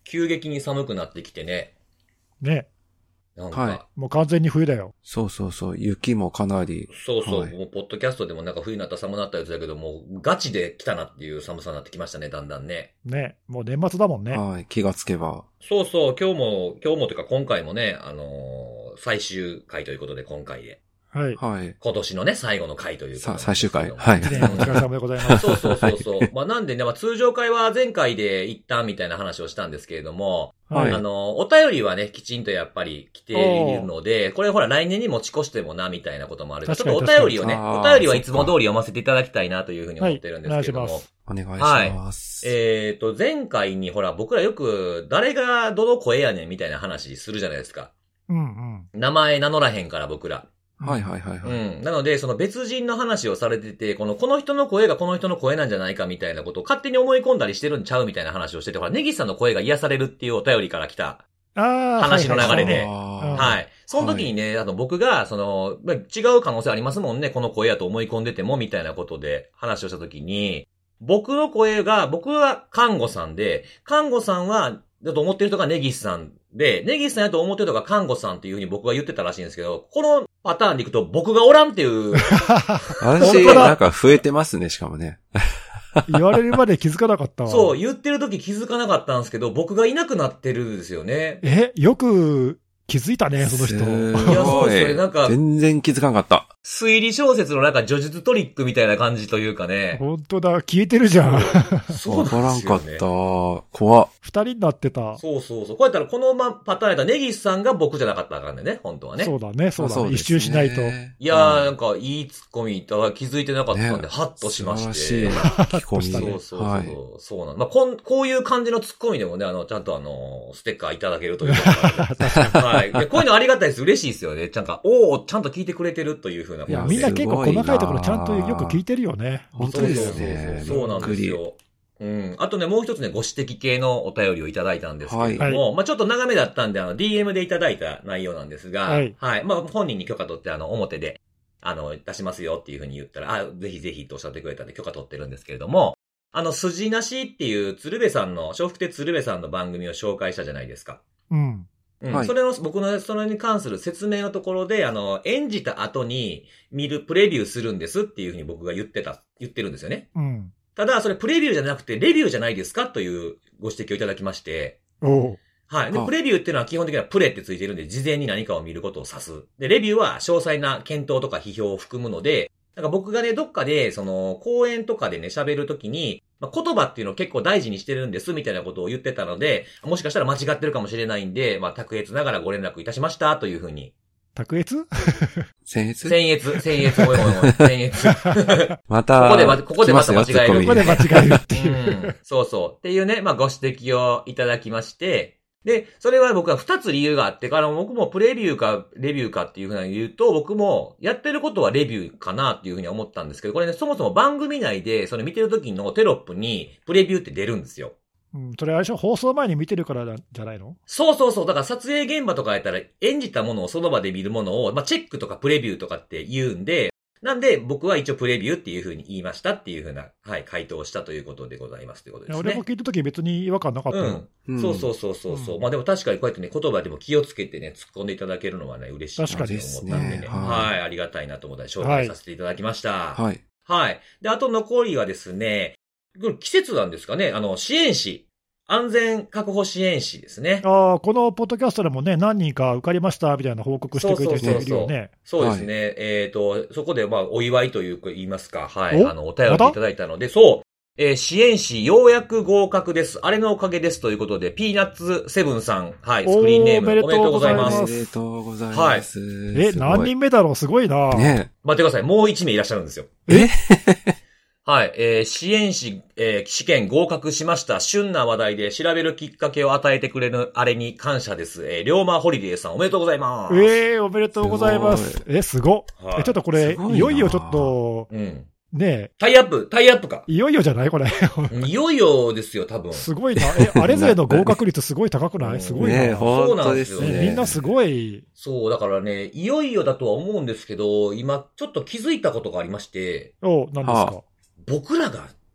急激に寒くなってきてね。 ね。 なんか、 はいもう完全に冬だよ。 そうそうそう。雪もかなり。 そうそう、 はいもうポッドキャストでもなんか冬になったら寒くなったやつだけども、ガチで来たなっていう寒さになってきましたね、だんだんね。 ね。もう年末だもんね。 はい。気がつけば。 そうそう、今日もというか今回もね、最終回ということで今回で。 はい。 はい。 今年のね、最後の回ということなんですけど最終回。はい。 一年お疲れ様でございます。 そうそうそうそう。まあなんでね、まあ通常回は前回で一旦みたいな話をしたんですけれども、 はいお便りはね、きちんとやっぱり来ているので、これほら来年に持ち越してもな、みたいなこともあるから、ちょっとお便りをね、 確かにお便りはいつも通り読ませていただきたいなというふうに思ってるんですけれども。 はいお願いしますお願いします。 前回にほら僕らよく誰がどの声やねんみたいな話するじゃないですか。 うん名前名乗らへんから僕ら。 はいはいはいはい。 うん。なので、その別人の話をされてて、この人の声がこの人の声なんじゃないかみたいなことを勝手に思い込んだりしてるんちゃうみたいな話をしてて、ほら、ネギさんの声が癒されるっていうお便りから来た。話の流れであはい。その時にね、僕が、違う可能性ありますもんね、この声やと思い込んでても、みたいなことで話をした時に、僕は看護さんで、看護さんは、だと思ってる人がネギスさんで、ネギスさんやと思ってる人が看護さんっていうふうに僕が言ってたらしいんですけど、このパターンでいくと僕がおらんっていう。 私、なんか増えてますね、しかもね。 言われるまで気づかなかったわ。 そう、言ってる時気づかなかったんですけど、僕がいなくなってるんですよね。 よく気づいたね、その人。 すごいやそうですよねなんか全然気づかなかった。 推理小説のなんか叙述トリックみたいな感じというかね。 本当だ、消えてるじゃん。 そうわからんかった。 ね。 怖っ。 二人になってた。 そうそうそう。こうやったらこのパターンやったらネギスさんが僕じゃなかったらあかんねんね、本当はね。 そうだね、そうだね。一そうですね周しないと。 いやー、なんかいいツッコミだから気づいてなかったんで、 ねハッとしまして。 素晴らしい聞き込み。 そうそうそう。 はい。 そうなの。まあ、こういう感じのツッコミでもね、ちゃんとステッカーいただけるというか。はい。でこういうのありがたいです。嬉しいですよね。ちゃんと聞いてくれてるというふうな。 いや、みんな結構細かいところちゃんとよく聞いてるよね。 本当ですね。 そうなんですよ。うん。あとね、もう一つね、ご指摘系のお便りをいただいたんですけれども、 はいまあちょっと長めだったんで、DM でいただいた内容なんですが、 はい。 まあ本人に許可取って、表で、出しますよっていうふうに言ったら、ぜひぜひとおっしゃってくれたんで許可取ってるんですけれども、筋なしっていう鶴瓶さんの、笑福亭鶴瓶さんの番組を紹介したじゃないですか。 うん。 うんはい僕のそれに関する説明のところで、演じた後にプレビューするんですっていうふうに僕が言ってるんですよね。 うん。 ただ、それプレビューじゃなくて、レビューじゃないですかというご指摘をいただきまして、 おう。 はい。で、 あプレビューっていうのは基本的にはプレってついてるんで、事前に何かを見ることを指す。で、レビューは詳細な検討とか批評を含むので、なんか僕がね、どっかで、講演とかでね、喋るときに、言葉っていうのを結構大事にしてるんです、みたいなことを言ってたので、もしかしたら間違ってるかもしれないんで、卓越ながらご連絡いたしました、というふうに。 卓越僭越僭越、ごめん、僭越。 また、 ここでまた間違える。 ここで間違えるっていう。 そうそう。っていうね、ご指摘をいただきまして、で、それは僕は2つ理由があってから、僕もプレビューかレビューかっていうふうに言うと、僕もやってることはレビューかなっていうふうに思ったんですけど、これね、そもそも番組内で、見てる時のテロップにプレビューって出るんですよ。 うん、それあれでしょ、放送前に見てるからじゃないの？ そうそうそう。だから撮影現場とかやったら演じたものをその場で見るものを、チェックとかプレビューとかって言うんで、なんで僕は一応プレビューっていう風に言いましたっていう風な、はい、回答をしたということでございますということですね。 俺も聞いたとき別に違和感なかったよ。 うん。そう。でも確かにこうやってね、言葉でも気をつけてね、突っ込んでいただけるのはね、嬉しいなと思ったんでね。はい、ありがたいなと思ったので紹介させていただきました。 はい。 はい。で、あと残りはですね、季節なんですかね、支援士。安全確保支援士ですね。 このポッドキャストでもね、何人か受かりましたみたいな報告してくれてる人いるよね。 そうですね。そこでお祝いというか言いますか、はい。お便りいただいたので、支援士ようやく合格です。あれのおかげですということで、ピーナッツセブンさん、はい、スクリーンネームおめでとうございます。 おめでとうございます。 はい。 何人目だろう、すごいな。 ね、 待ってください。もう1名いらっしゃるんですよ。はい。支援士、試験合格しました。旬な話題で調べるきっかけを与えてくれるあれに感謝です。龍馬ホリデーさんおめでとうございます。 おめでとうございます。すごっ。ちょっとこれ、いよいよちょっと、ねタイアップか。 いよいよじゃないこれ。 いよいよですよ、多分。 すごいな。あれぞれの合格率すごい高くない？すごいな。 ね、本当ですよね。 みんなすごい。 そう、だからね、いよいよだとは思うんですけど、今、ちょっと気づいたことがありまして。 何ですか？ 僕らが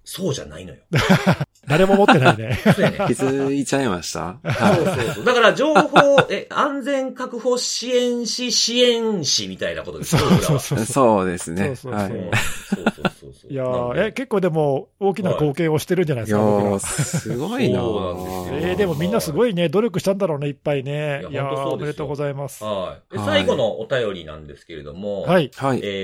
そうじゃないのよ。 誰も持ってないね。 そうやね。 気づいちゃいました。 そう。だから情報、安全確保支援士みたいなことですよ。 そうですね。 そう。いや結構でも大きな貢献をしてるんじゃないですか、僕ら。 すごいな。 そうなんですよ。 でもみんなすごいね、努力したんだろうね、いっぱいね。 いや、おめでとうございます。 はい。最後のお便りなんですけれども、 はい。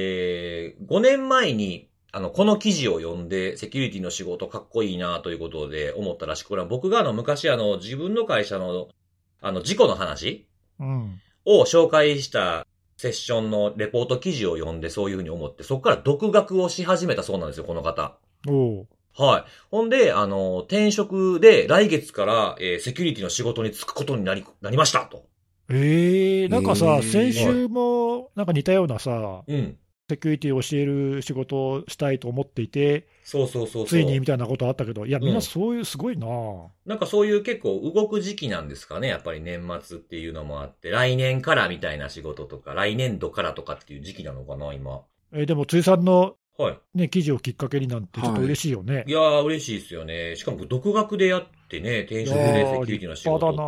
5年前に、この記事を読んで、セキュリティの仕事かっこいいなということで思ったらしく、これは僕が昔自分の会社の、事故の話を紹介したセッションのレポート記事を読んでそういうふうに思って、そこから独学をし始めたそうなんですよ、この方。はい。ほんで、転職で来月から、セキュリティの仕事に就くことになりましたと。 なんかさ、先週もなんか似たようなさ、セキュリティを教える仕事をしたいと思っていて、ついにみたいなことあったけど、いや、みんなそういう、すごいな、 なんかそういう結構動く時期なんですかね、やっぱり年末っていうのもあって、来年からみたいな仕事とか、来年度からとかっていう時期なのかな、今。 でも、辻さんの、 はい記事をきっかけになんてちょっと嬉しいよね。 いやー、嬉しいですよね。しかも独学でやってね、転職でセキュリティの仕事って。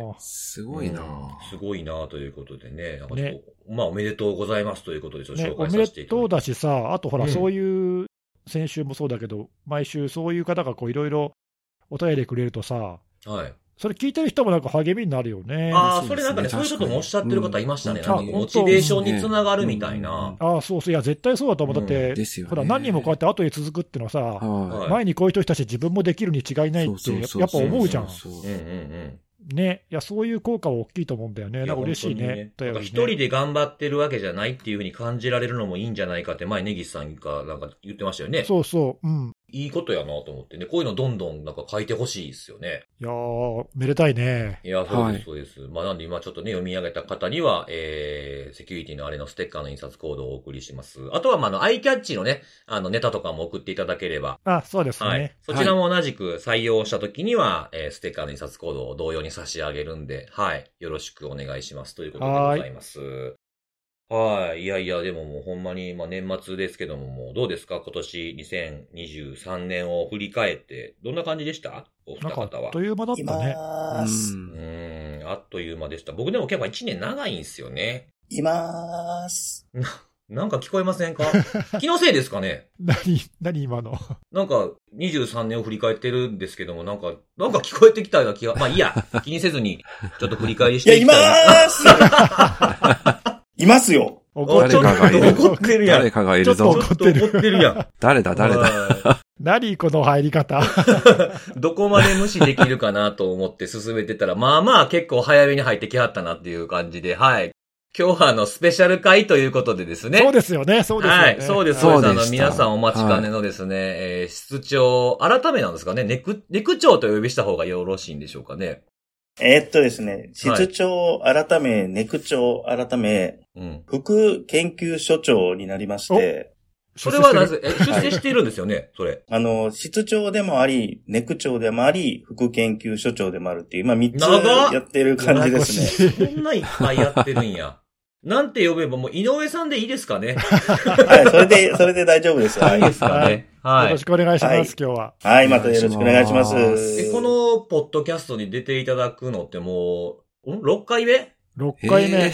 すごいな、 すごいなということでね。なんかまあ、おめでとうございますということで紹介させていただきます。 おめでとうだしさ、あとほら、そういう、先週もそうだけど、毎週そういう方がこういろいろお便りくれるとさ、それ聞いてる人もなんか励みになるよね。 それなんかね、そういうこともおっしゃってる方いましたね。モチベーションにつながるみたいな。 そう。いや、絶対そうだと思う。だって、ほら、何人もこうやって後に続くっていうのはさ、前にこういう人たち自分もできるに違いないって、やっぱ思うじゃん。ね。いや、そういう効果は大きいと思うんだよね。なんか嬉しいね。 一人で頑張ってるわけじゃないっていうふうに感じられるのもいいんじゃないかって前、根岸さんがなんか言ってましたよね。 そう。 いいことやなと思ってね。こういうのどんどんなんか書いてほしいですよね。 いやー、めでたいね。 いや、そうです。まあなんで今ちょっとね、読み上げた方には、セキュリティのあれのステッカーの印刷コードをお送りします。あとはアイキャッチのね、ネタとかも送っていただければ。 そうですね。はい。 そちらも同じく採用した時には、ステッカーの印刷コードを同様に差し上げるんで、はい。よろしくお願いしますということでございます。はい。いや、でももうほんまに、年末ですけども、もうどうですか今年2023年を振り返って、どんな感じでしたお二方は。 あっという間だったね。 あっという間でした。僕でも結構1年長いんですよね。 いまーす。 なんか聞こえませんか気のせいですかね何今のなんか23年を振り返ってるんですけども、なんか聞こえてきたような気が、まあいいや、気にせずに、ちょっと振り返りしていきたい。 いや、いまーすいますよ。 誰かがいる。 怒ってるやん。 誰かがいるぞ。 ちょっと怒ってるやん。 誰だ何この入り方。 どこまで無視できるかなと思って進めてたら、まあ結構早めに入ってきはったなっていう感じで、はい。今日はスペシャル回ということでですね。 そうですよね。はい、 そうです。皆さんお待ちかねのですね、室長、改めなんですかね、ネク長とお呼びした方がよろしいんでしょうかね。 ですね、室長改め、ネク長改め、副研究所長になりまして、 それはなぜ、出世しているんですよね、それ。 室長でもあり、ネク長でもあり、副研究所長でもあるっていう、今3つやってる感じですね。そんないっぱいやってるんや。なんて呼べばもう井上さんでいいですかね。 はい、それで大丈夫です。 はい。いいですかね。はい。 よろしくお願いします、今日は。 はい、またよろしくお願いします。 このポッドキャストに出ていただくのってもう、6回目 ?6 回目。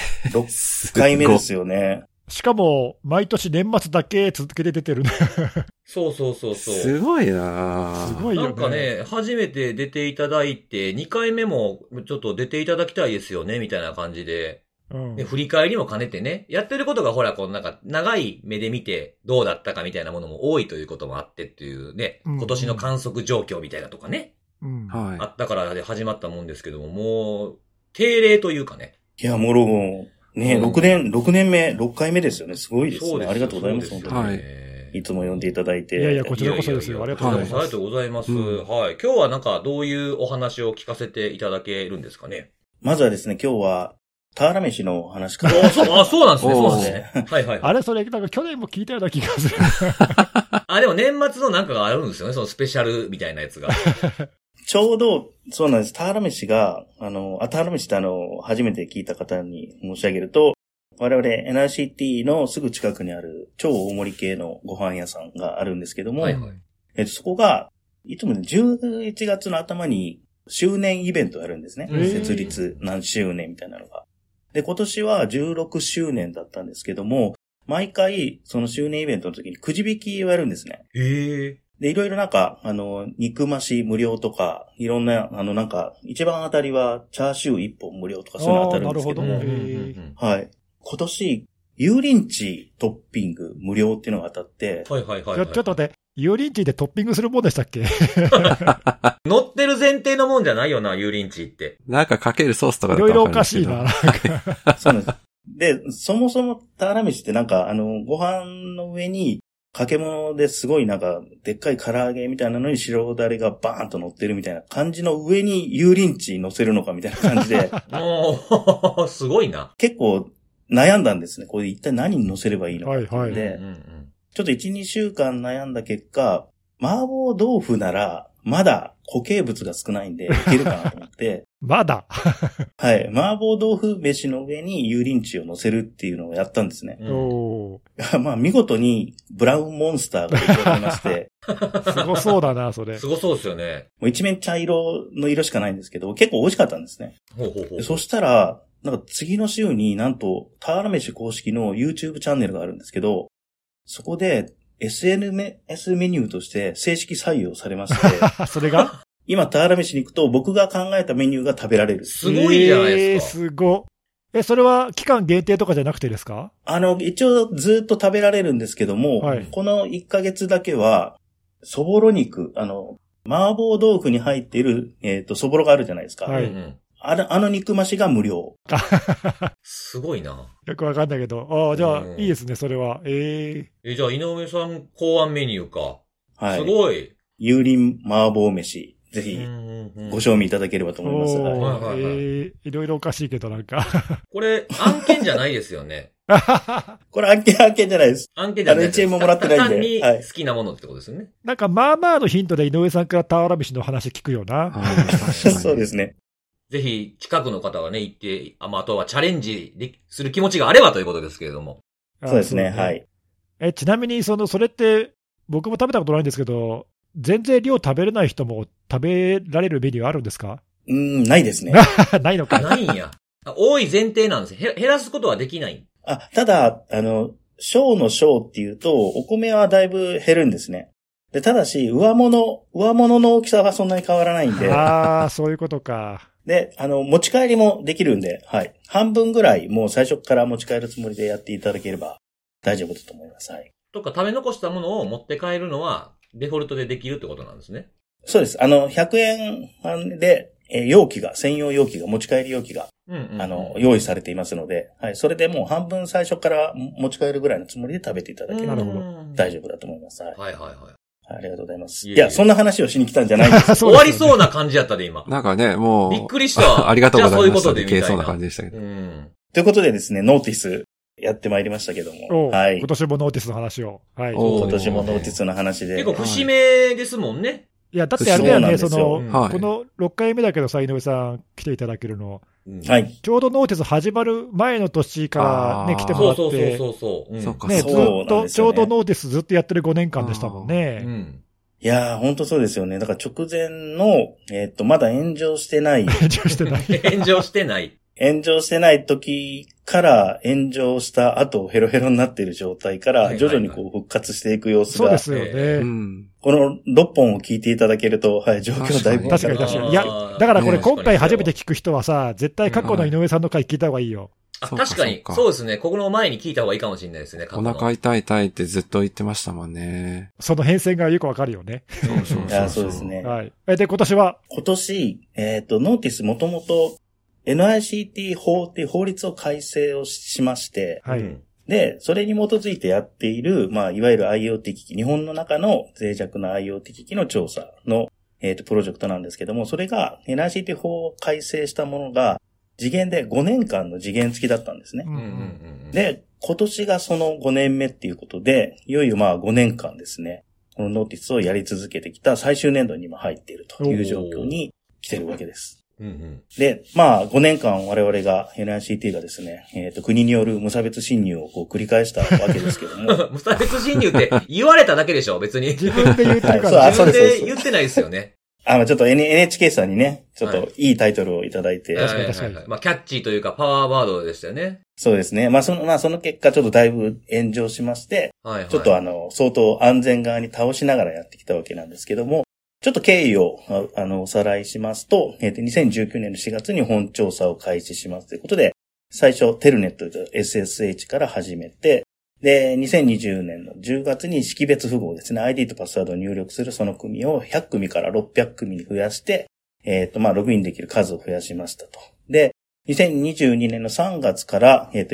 6回目ですよね。 しかも、毎年年末だけ続けて出てるね。 そう。 すごいなすごいよね。 なんかね、初めて出ていただいて、2回目もちょっと出ていただきたいですよね、みたいな感じで。振り返りも兼ねてね、やってることがほら、なんか、長い目で見てどうだったかみたいなものも多いということもあってっていうね、今年の観測状況みたいなとかね、あったからで始まったもんですけども、もう、定例というかね。 いや、もう、ね、6年目、6回目ですよね。すごいですね。ありがとうございます。 はい。 いつも呼んでいただいて。 いや、こちらこそですよ。ありがとうございます。 ありがとうございます。はい。今日はなんか、どういうお話を聞かせていただけるんですかね。 まずはですね、今日は、俵飯の話から。 そうなんですね。そうですね。はい。 あれ、それ、なんか去年も聞いたような気がする。 でも年末のなんかがあるんですよね。そのスペシャルみたいなやつが。 ちょうど、そうなんです。俵飯が、俵飯って初めて聞いた方に申し上げると、我々 NRCT のすぐ近くにある超大盛り系のご飯屋さんがあるんですけども、 そこが、いつもね、11月の頭に周年イベントをやるんですね。設立何周年みたいなのが。で、今年は16周年だったんですけども、毎回、その周年イベントの時にくじ引きをやるんですね。で、いろいろなんか、肉増し無料とか、いろんな、なんか、一番当たりは、チャーシュー1本無料とか、そういうの当たるんですけども。はい。今年、油淋鶏トッピング無料っていうのが当たって、 ちょっと待って、油淋鶏でトッピングするもんでしたっけ乗ってる前提のもんじゃないよな、油淋鶏って。 なんかかけるソースとかだといろいろおかしいな。 そうなんです。で、そもそも俵飯ってなんか、ご飯の上に、かけ物ですごいなんか、でっかい唐揚げみたいなのに白だれがバーンと乗ってるみたいな感じの上に油淋鶏乗せるのかみたいな感じで。 おー、すごいな。 結構悩んだんですね。これ一体何に乗せればいいのかっていうので、ちょっと1、2週間悩んだ結果、麻婆豆腐なら、まだ固形物が少ないんで、いけるかなと思って。 まだはい。麻婆豆腐飯の上に油淋鶏を乗せるっていうのをやったんですね。まあ、見事にブラウンモンスターが出ておりまして。 すごそうだな、それ。 すごそうですよね。 もう一面茶色の色しかないんですけど、結構美味しかったんですね。そしたら、なんか次の週になんと、俵飯公式の YouTube チャンネルがあるんですけど、そこで、SNS メニューとして正式採用されまして。 それが今、俵飯に行くと僕が考えたメニューが食べられる。 すごいじゃないですか。 すご。それは期間限定とかじゃなくてですか？ 一応ずっと食べられるんですけども、この1ヶ月だけは、そぼろ肉、麻婆豆腐に入っている、そぼろがあるじゃないですか。肉増しが無料。 すごいな。 よくわかんないけど。じゃあ、いいですね、それは。 じゃあ、井上さん考案メニューか。はい。すごい。 油淋麻婆飯。ぜひ、ご賞味いただければと思います。 いろいろおかしいけどなんか。 これ、案件じゃないですよね。 これ案件じゃないです。 案件じゃないです。 1円ももらってないんで。 単に好きなものってことですよね。 なんか、まあまあのヒントで井上さんから俵飯の話聞くよな。 そうですね。 ぜひ、近くの方がね、行って、あとはチャレンジする気持ちがあればということですけれども。 そうですね、はい。 ちなみに、それって、僕も食べたことないんですけど、全然量食べれない人も食べられるメニューあるんですか？ ないですね。 ないのか。 ないんや。多い前提なんです。減らすことはできない。 ただ、小の小っていうと、お米はだいぶ減るんですね。で、ただし、上物の大きさはそんなに変わらないんで。 そういうことか。 で、持ち帰りもできるんで、はい。半分ぐらいもう最初から持ち帰るつもりでやっていただければ大丈夫だと思います。はい。 とか食べ残したものを持って帰るのはデフォルトでできるってことなんですね。 そうです。100円で、専用容器が、持ち帰り容器が、用意されていますので、はい。それでもう半分最初から持ち帰るぐらいのつもりで食べていただければ大丈夫だと思います。はい。 はいはいはい。 ありがとうございます。いや、そんな話をしに来たんじゃないんです。 終わりそうな感じやったで、今。 なんかね、もう。 びっくりした。 ありがとうございます。 そういうことで消えそうな感じでしたけど。 ということでですね、ノーティスやってまいりましたけども。はい。 今年もノーティスの話を。はい。 今年もノーティスの話で。 結構節目ですもんね。 いや、だってあれだよね、この6回目だけどさ、井上さん来ていただけるの。 はい。 ちょうどノーティス始まる前の年からね、来てもらって。 そう。 ね、ずっと、ちょうどノーティスずっとやってる5年間でしたもんね。 いやー、ほんとそうですよね。だから直前の、まだ炎上してない。 炎上してない。 炎上してない。 炎上してない時から炎上した後ヘロヘロになっている状態から徐々にこう復活していく様子が。 そうですよね。 この6本を聞いていただけると、はい、状況だいぶ。 確かに。いや、だからこれ今回初めて聞く人はさ、絶対過去の井上さんの回聞いた方がいいよ。 確かに。そうですね。ここの前に聞いた方がいいかもしれないですね。 お腹痛いってずっと言ってましたもんね。 その変遷がよくわかるよね。 そうですね。 はい。で、今年はノーティスもともと NICT 法っていう法律を改正をしまして、 はい。 で、それに基づいてやっている、まあ、いわゆる IoT 機器、日本の中の脆弱な IoT 機器の調査の、プロジェクトなんですけども、それが NICT 法を改正したものが、次元で5年間の次元付きだったんですね。で、今年がその5年目っていうことで、いよいよまあ5年間ですね、このノーティスをやり続けてきた最終年度に今入っているという状況に来てるわけです。 うんうん、 で、まあ、5年間我々が NICT がですね、国による無差別侵入をこう繰り返したわけですけども。 無差別侵入って言われただけでしょ、別に。 自分で言ってるから。 はい、自分で言ってないですよね。 ちょっと NHK さんにね、ちょっといいタイトルをいただいて。 確かに確かに。 まあ、キャッチーというかパワーワードでしたよね。 そうですね。まあ、その結果ちょっとだいぶ炎上しまして、はいはい、ちょっと相当安全側に倒しながらやってきたわけなんですけども、ちょっと経緯を、おさらいしますと、2019年の4月に本調査を開始しますということで、最初、テルネットと SSH から始めて、で、2020年の10月に識別符号ですね、ID とパスワードを入力するその組を100組から600組に増やして、まあ、ログインできる数を増やしましたと。で、2022年の3月から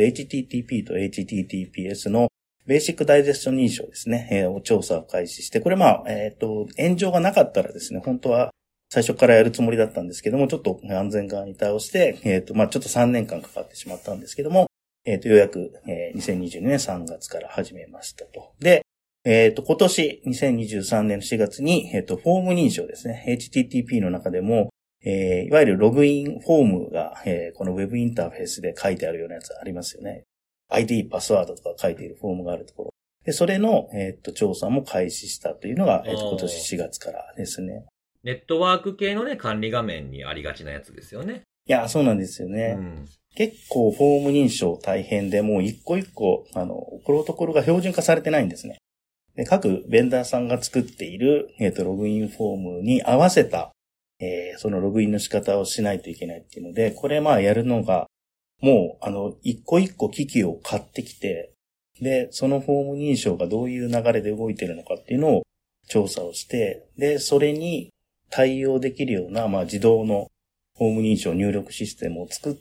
、HTTP と HTTPS のベーシックダイジェスト認証ですね、調査を開始して、これまあ、炎上がなかったらですね、本当は最初からやるつもりだったんですけども、ちょっと安全側に対して、まあちょっと3年間かかってしまったんですけども、ようやく、2022年3月から始めましたと。で、今年2023年の4月に、フォーム認証ですね、HTTP の中でも、いわゆるログインフォームが、このウェブインターフェースで書いてあるようなやつありますよね。ID、パスワードとか書いているフォームがあるところ。で、それの、調査も開始したというのが、今年4月からですね。 ネットワーク系のね、管理画面にありがちなやつですよね。 いや、そうなんですよね。うん、結構、フォーム認証大変で、もう一個一個、プロトコルが標準化されてないんですね。で、各ベンダーさんが作っている、ログインフォームに合わせた、そのログインの仕方をしないといけないっていうので、これまあやるのが、もう、一個一個機器を買ってきて、で、そのフォーム認証がどういう流れで動いてるのかっていうのを調査をして、で、それに対応できるような、まあ、自動のフォーム認証入力システムを作って、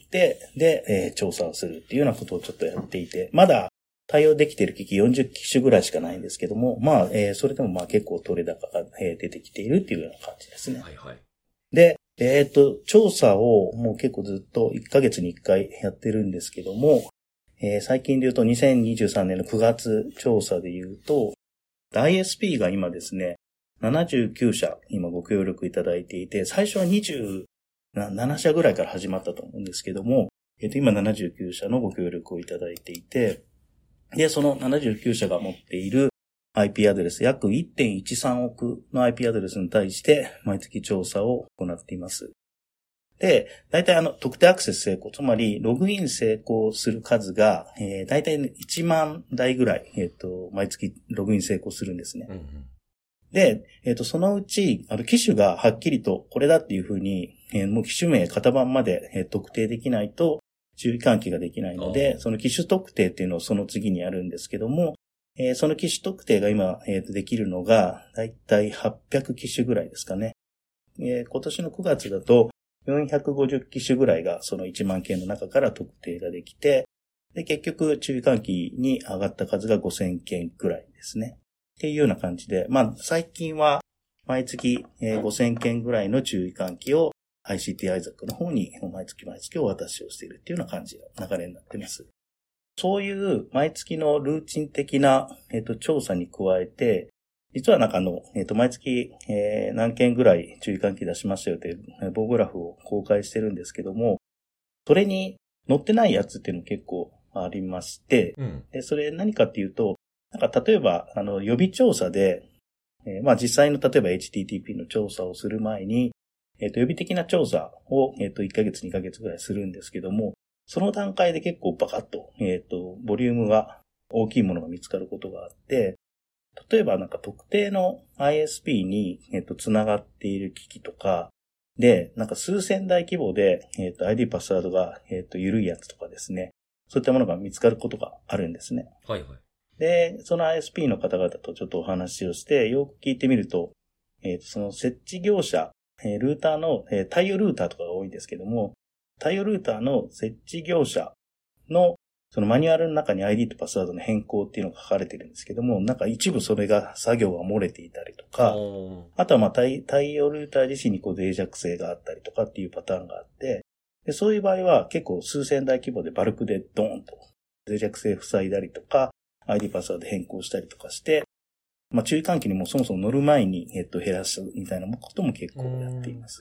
で、調査をするっていうようなことをちょっとやっていて、まだ対応できている機器40機種ぐらいしかないんですけども、まあ、それでもまあ結構取れ高が出てきているっていうような感じですね。 はいはい。 で、調査をもう結構ずっと1ヶ月に1回やってるんですけども、最近で言うと2023年の9月調査で言うと、ISP が今ですね、79社今ご協力いただいていて、最初は27社ぐらいから始まったと思うんですけども、今79社のご協力をいただいていて、で、その79社が持っているIP アドレス約 1.13 億の IP アドレスに対して毎月調査を行っています。で、大体特定アクセス成功、つまりログイン成功する数が、大体1万台ぐらい、毎月ログイン成功するんですね。うんうん、で、そのうち、機種がはっきりとこれだっていうふうに、もう機種名、型番まで、特定できないと注意喚起ができないので、その機種特定っていうのをその次にやるんですけども、その機種特定が今、できるのが、だいたい800機種ぐらいですかね。今年の9月だと、450機種ぐらいがその1万件の中から特定ができて、で、結局、注意喚起に上がった数が5000件くらいですね。っていうような感じで、まあ、最近は、毎月、5000件ぐらいの注意喚起を ICT アイザックの方に毎月お渡しをしているっていうような感じの流れになっています。そういう毎月のルーチン的な、調査に加えて、実はなんか毎月、何件ぐらい注意喚起出しましたよという棒グラフを公開してるんですけども、それに載ってないやつっていうの結構ありまして、うん、でそれ何かっていうと、なんか例えば、予備調査で、まあ実際の例えば HTTP の調査をする前に、予備的な調査を、1ヶ月2ヶ月ぐらいするんですけども、その段階で結構バカッと、ボリュームが大きいものが見つかることがあって、例えばなんか特定の ISP に、つながっている機器とかで、なんか数千台規模で、ID パスワードが、緩いやつとかですね、そういったものが見つかることがあるんですね。 はいはい。 で、その ISP の方々とちょっとお話をして、よく聞いてみると、その設置業者、ルーターの、対応ルーターとかが多いんですけども、対応ルーターの設置業者のそのマニュアルの中に ID とパスワードの変更っていうのが書かれているんですけども、なんか一部それが作業が漏れていたりとか、あとはまあ対応ルーター自身にこう脆弱性があったりとかっていうパターンがあって、でそういう場合は結構数千台規模でバルクでドーンと脆弱性塞いだりとか、ID パスワード変更したりとかして、まあ注意喚起にもそもそも乗る前に減らすみたいなことも結構やっています。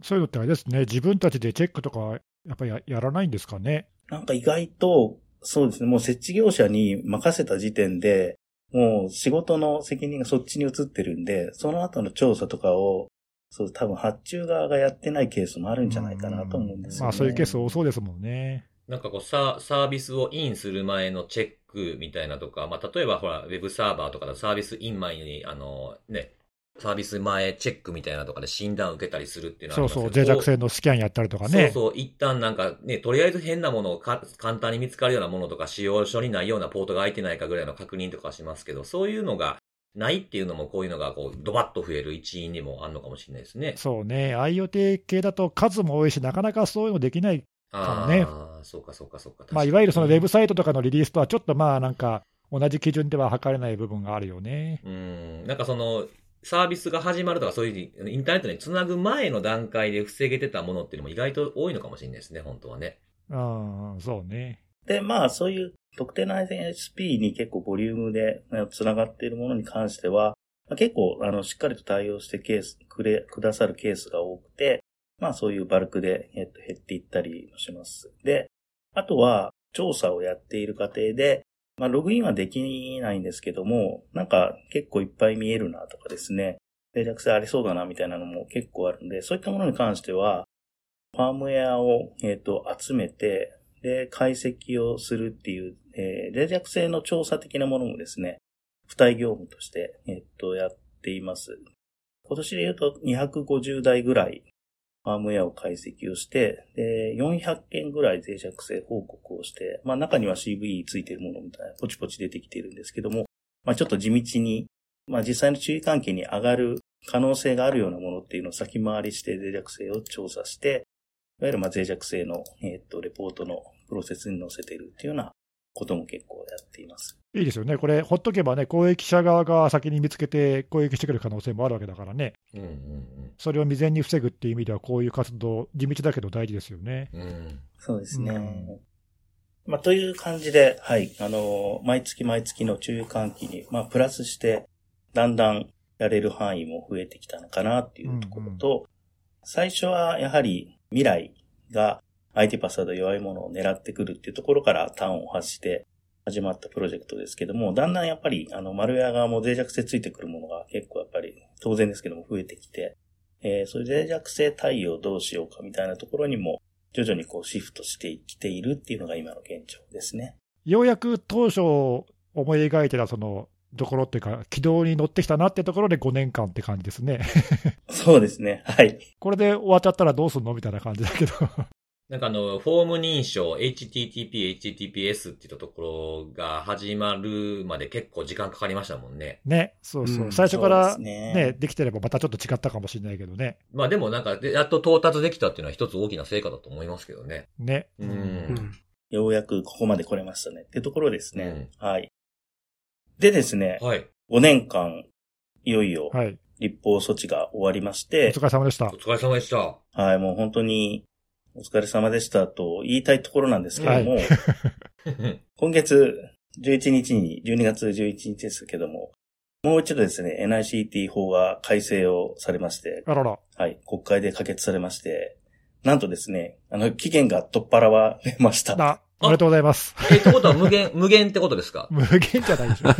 そういうのってあれですね、自分たちでチェックとか、やっぱり やらないんですかね。 なんか意外と、そうですね、もう設置業者に任せた時点で、もう仕事の責任がそっちに移ってるんで、その後の調査とかを、そう、多分発注側がやってないケースもあるんじゃないかなと思うんですよね。 まあそういうケース多そうですもんね。 なんかこうサービスをインする前のチェックみたいなとか、まあ例えばほら、ウェブサーバーとかのサービスイン前に、サービス前チェックみたいなとかで診断を受けたりするっていうのはありますけど、 そうそう、脆弱性のスキャンやったりとかね。 そうそう、一旦なんかね、とりあえず変なものを簡単に見つかるようなものとか、使用書にないようなポートが開いてないかぐらいの確認とかしますけど、そういうのがないっていうのもこういうのがこうドバッと増える一因にもあるのかもしれないですね。 そうね、IoT 系だと数も多いし、なかなかそういうのできないかもね。 ああ、そうか。 まあ、いわゆるそのウェブサイトとかのリリースとはちょっとまあなんか同じ基準では測れない部分があるよね。 なんかその、サービスが始まるとかそういうインターネットにつなぐ前の段階で防げてたものっていうのも意外と多いのかもしれないですね、本当はね。 そうね。 で、まあそういう特定の ISP に結構ボリュームでつながっているものに関しては、結構しっかりと対応してくださるケースが多くて、まあそういうバルクで減っていったりもします。で、あとは調査をやっている過程で、まあログインはできないんですけども、なんか結構いっぱい見えるなとかですね、脆弱性ありそうだなみたいなのも結構あるんで、そういったものに関しては、ファームウェアを集めて、で、解析をするっていう、脆弱性の調査的なものもですね、付帯業務として、やっています。今年で言うと250台ぐらいファームウェアを解析をして、で、400件ぐらい脆弱性報告をして、まあ中には CVE ついているものみたいなポチポチ出てきているんですけども、まあちょっと地道に、まあ実際の注意喚起に上がる可能性があるようなものっていうのを先回りして脆弱性を調査して、いわゆる脆弱性の、レポートのプロセスに載せているっていうようなことも結構やっています。 いいですよね。これ、ほっとけばね、攻撃者側が先に見つけて攻撃してくる可能性もあるわけだからね。それを未然に防ぐっていう意味では、こういう活動、地道だけど大事ですよね。 そうですね。まあ、という感じで、はい、毎月毎月の注意喚起に、まあ、プラスして、だんだんやれる範囲も増えてきたのかなっていうところと、最初はやはり未来が IT パスワード弱いものを狙ってくるっていうところから端を発して始まったプロジェクトですけども、だんだんやっぱりマルウェア側も脆弱性ついてくるものが結構やっぱり当然ですけども増えてきて、そういう脆弱性対応どうしようかみたいなところにも徐々にこうシフトしてきているっていうのが今の現状ですね。 ようやく当初思い描いてたそのところっていうか、軌道に乗ってきたなってところで5年間って感じですね。 そうですね。はい。 これで終わっちゃったらどうすんのみたいな感じだけど。 なんかフォーム認証、HTTP、HTTPS って言ったところが始まるまで結構時間かかりましたもんね。 ね、そうそう。最初からね、できてればまたちょっと違ったかもしれないけどね。 まあでもなんか、やっと到達できたっていうのは一つ大きな成果だと思いますけどね。 ね。 ようやくここまで来れましたねっていうところですね。はい。でですね、 はい、 5年間、いよいよ、立法措置が終わりまして、 お疲れ様でした。 お疲れ様でした。 はい、もう本当に、お疲れ様でしたと言いたいところなんですけども、今月11日に、12月11日ですけども、もう一度ですね、NICT 法が改正をされまして、 あらら。 はい、国会で可決されまして、なんとですね、期限が取っ払われました。 おめでとうございます。 ってことは無限ってことですか？ 無限じゃないでしょ。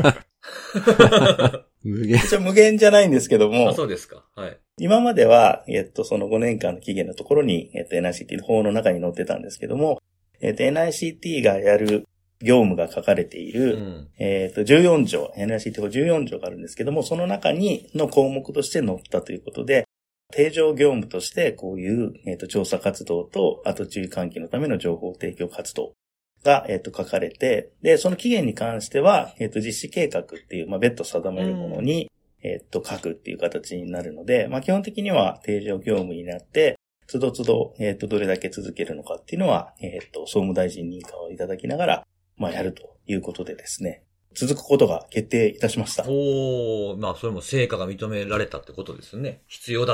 無限。 一応無限じゃないんですけども。 あ、そうですか。はい。 今までは、その5年間の期限のところに、NICT の法の中に載ってたんですけども、NICT がやる業務が書かれている、14条、NICT 法14条があるんですけども、その中の項目として載ったということで、定常業務として、こういう、調査活動と、あと注意喚起のための情報提供活動が、書かれて、で、その期限に関しては、実施計画っていう、別途定めるものに、書くっていう形になるので、基本的には定常業務になって、都度都度、どれだけ続けるのかっていうのは、総務大臣認可をいただきながら、やるということでですね、続くことが決定いたしました。 それも成果が認められたってことですね。必要だと。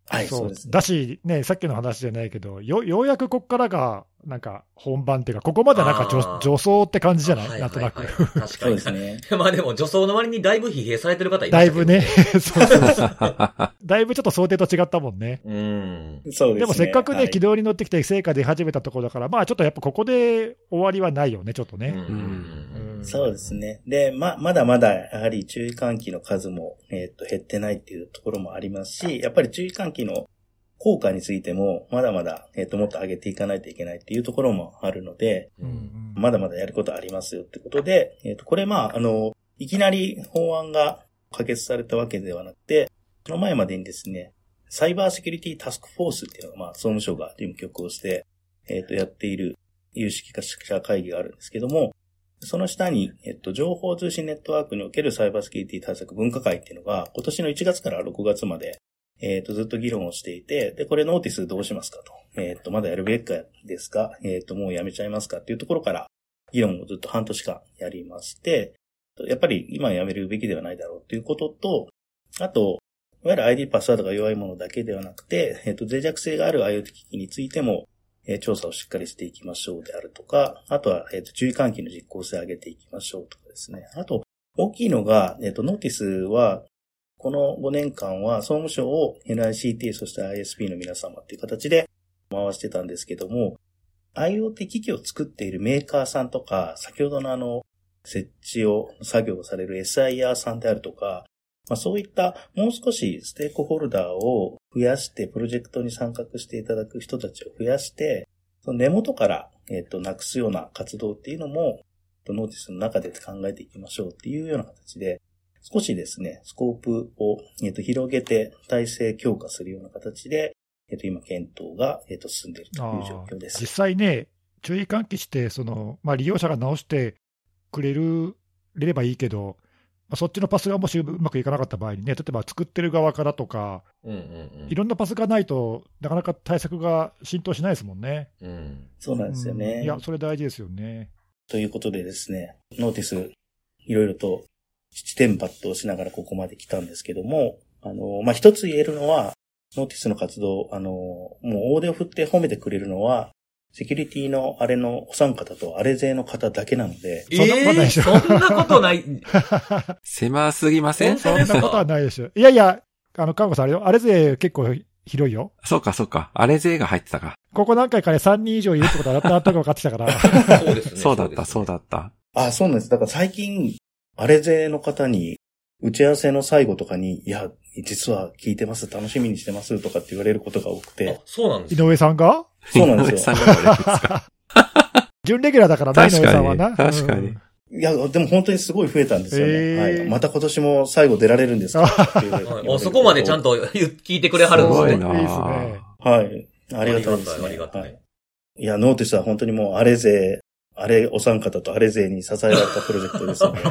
はい、そうですね。 だし、ね、さっきの話じゃないけど、ようやくこっからが、なんか、本番っていうか、ここまでなんか女装って感じじゃない、なんとなく。 確かに。 そうですね。 まあでも、女装の割にだいぶ疲弊されてる方いましたけどね。だいぶね。そうだいぶちょっと想定と違ったもんね。 そうですね。 でもせっかくね、軌道に乗ってきて成果出始めたところだから、まあちょっとやっぱここで終わりはないよね、ちょっとね。 そうですね。で、まだまだ、やはり注意喚起の数も、減ってないっていうところもありますし、やっぱり注意喚起の効果についても、まだまだ、もっと上げていかないといけないっていうところもあるので、まだまだやることありますよってことで、これいきなり法案が可決されたわけではなくて、その前までにですね、サイバーセキュリティタスクフォースっていうのが、総務省が事務局をして、やっている有識者会議があるんですけども、その下に、情報通信ネットワークにおけるサイバーセキュリティ対策分科会っていうのが、今年の1月から6月まで、ずっと議論をしていて、で、これノーティスどうしますかと。まだやるべきですかもうやめちゃいますかっていうところから、議論をずっと半年間やりまして、やっぱり今やめるべきではないだろうということと、あと、いわゆる ID パスワードが弱いものだけではなくて、脆弱性がある IoT 機器についても、調査をしっかりしていきましょうであるとか、あとは、注意喚起の実効性を上げていきましょうとかですね。あと、大きいのが、ノーティスは、この5年間は総務省を NICT そして ISP の皆様っていう形で回してたんですけども、IoT 機器を作っているメーカーさんとか、先ほどの設置を作業される SIR さんであるとか、そういったもう少しステークホルダーを増やして、プロジェクトに参画していただく人たちを増やして、その根元から、なくすような活動っていうのも、ノーティスの中で考えていきましょうっていうような形で、少しですね、スコープを、広げて体制強化するような形で、今検討が、進んでいるという状況です。 実際ね、注意喚起して、利用者が直してくれればいいけど、そっちのパスがもしうまくいかなかった場合にね、例えば作ってる側からとか、いろんなパスがないとなかなか対策が浸透しないですもんね。 そうなんですよね。 いや、それ大事ですよね。 ということでですね、ノーティス、いろいろと七点抜刀しながらここまで来たんですけども、一つ言えるのは、ノーティスの活動、もう大手を振って褒めてくれるのは、セキュリティのあれのお三方とあれ勢の方だけなので。 そんなことないでしょ。 そんなことない。 狭すぎません？ そんなことはないでしょ。いやいや、看護さんあれよ。あれ勢結構広いよ。 そうかそうか。あれ勢が入ってたか。 ここ何回かね、3人以上いるってことはなんとなく分かってきたから。 そうですね。 そうだった、そうだった。 あ、そうなんです。だから最近、あれ勢の方に、打ち合わせの最後とかに、いや、実は聞いてます、楽しみにしてますとかって言われることが多くて。 あ、そうなんです井上さんが？ そうなんですよ。 準レギュラーだからね、井上さんはな。 確かに。 いや、でも本当にすごい増えたんですよね。はい。また今年も最後出られるんですかっていうそこまでちゃんと聞いてくれはるんですね。 すごいな。 いいですね。 はい。ありがたいですね。 ありがたい。 いや、ノーティスは本当にもうあれ勢、あれお三方とあれ勢に支えられたプロジェクトですので。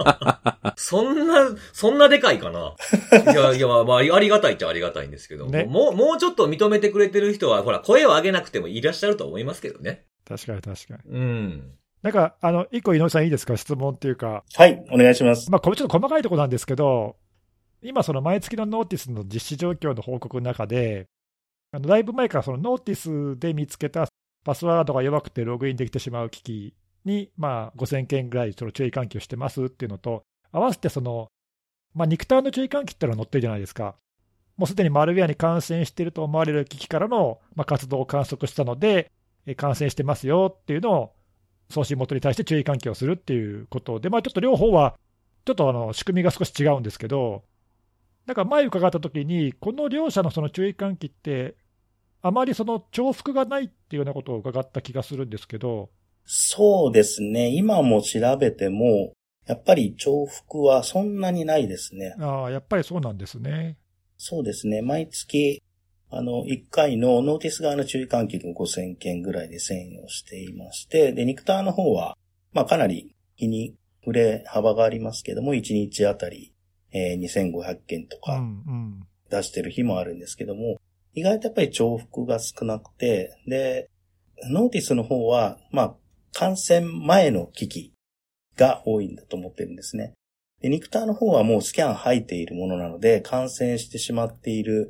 そんなでかいかな。いや、まあ、ありがたいっちゃありがたいんですけど、ね、もうちょっと認めてくれてる人は、ほら、声を上げなくてもいらっしゃると思いますけどね。 確かに確かに。 うん。 なんか、一個井上さんいいですか？質問っていうか。 はい、お願いします。 これちょっと細かいところなんですけど、今その毎月のノーティスの実施状況の報告の中で、だいぶ前からそのノーティスで見つけたパスワードが弱くてログインできてしまう機器に、5000件ぐらいその注意喚起をしてますっていうのと、合わせてニクターの注意喚起っていうのが載ってるじゃないですか。もうすでにマルウェアに感染していると思われる機器からの、活動を観測したので、感染してますよっていうのを送信元に対して注意喚起をするっていうことで、ちょっと両方はちょっと仕組みが少し違うんですけど、なんか前伺ったときに、この両者のその注意喚起って、あまりその重複がないっていうようなことを伺った気がするんですけど。 そうですね。今も調べても、やっぱり重複はそんなにないですね。 ああ、やっぱりそうなんですね。 そうですね。毎月、1回のノーティス側の注意喚起が5000件ぐらいで遷移をしていまして、で、ニクターの方は、かなり日に触れ幅がありますけども、1日あたり、2500件とか出してる日もあるんですけども、意外とやっぱり重複が少なくて、で、ノーティスの方は、感染前の機器が多いんだと思ってるんですね。で、ニクターの方はもうスキャン入っているものなので、感染してしまっている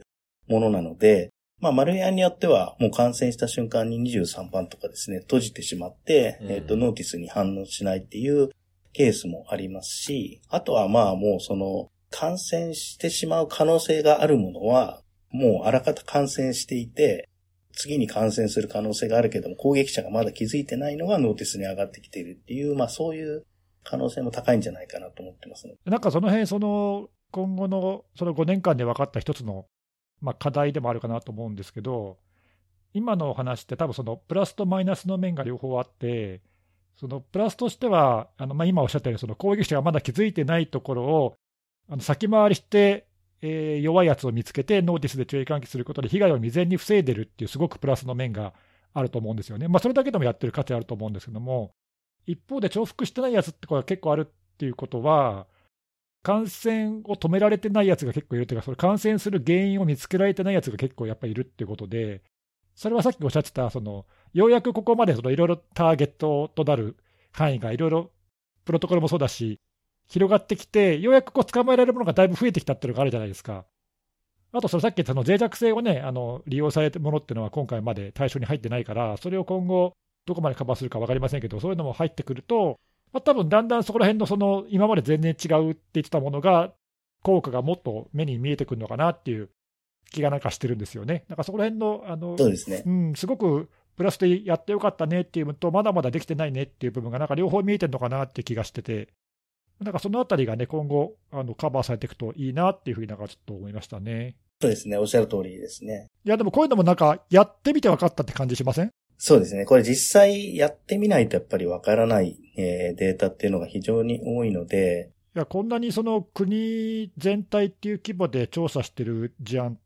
ものなので、まあ、マルウェアによっては、もう感染した瞬間に23番とかですね、閉じてしまって、ノーティスに反応しないっていうケースもありますし、あとはまあ、もう感染してしまう可能性があるものは、もうあらかた感染していて、次に感染する可能性があるけども、攻撃者がまだ気づいてないのがノーティスに上がってきているっていう、まあそういう可能性も高いんじゃないかなと思ってますね。 なんかその辺、今後のその5年間で分かった一つの、まあ、課題でもあるかなと思うんですけど、今のお話って多分そのプラスとマイナスの面が両方あって、そのプラスとしては、まあ、今おっしゃったように、その攻撃者がまだ気づいてないところを、先回りして、弱いやつを見つけて、ノーティスで注意喚起することで被害を未然に防いでるっていう、すごくプラスの面があると思うんですよね。まあ、それだけでもやってる価値あると思うんですけども、一方で重複してないやつってことが結構あるっていうことは、感染を止められてないやつが結構いるというか、それ感染する原因を見つけられてないやつが結構やっぱりいるっていうことで、それはさっきおっしゃってた、ようやくここまでいろいろターゲットとなる範囲がいろいろプロトコルもそうだし、広がってきて、ようやく捕まえられるものがだいぶ増えてきたっていうのがあるじゃないですか。あと、さっき言った脆弱性をね、利用されてるものっていうのは今回まで対象に入ってないから、それを今後、どこまでカバーするか分かりませんけど、そういうのも入ってくると、まあ、多分だんだんそこら辺の今まで全然違うって言ってたものが、効果がもっと目に見えてくるのかなっていう気がなんかしてるんですよね。なんかそこら辺の、 そうですね。 すごくプラスでやってよかったねっていうのと、まだまだできてないねっていう部分が、なんか両方見えてるのかなっていう気がしてて、なんかそのあたりがね、今後、カバーされていくといいなっていうふうになんかちょっと思いましたね。 そうですね。おっしゃる通りですね。 いや、でもこういうのもなんか、やってみて分かったって感じしません？ そうですね。これ実際やってみないとやっぱり分からない、データっていうのが非常に多いので。 いや、こんなに国全体っていう規模で調査してる事案って、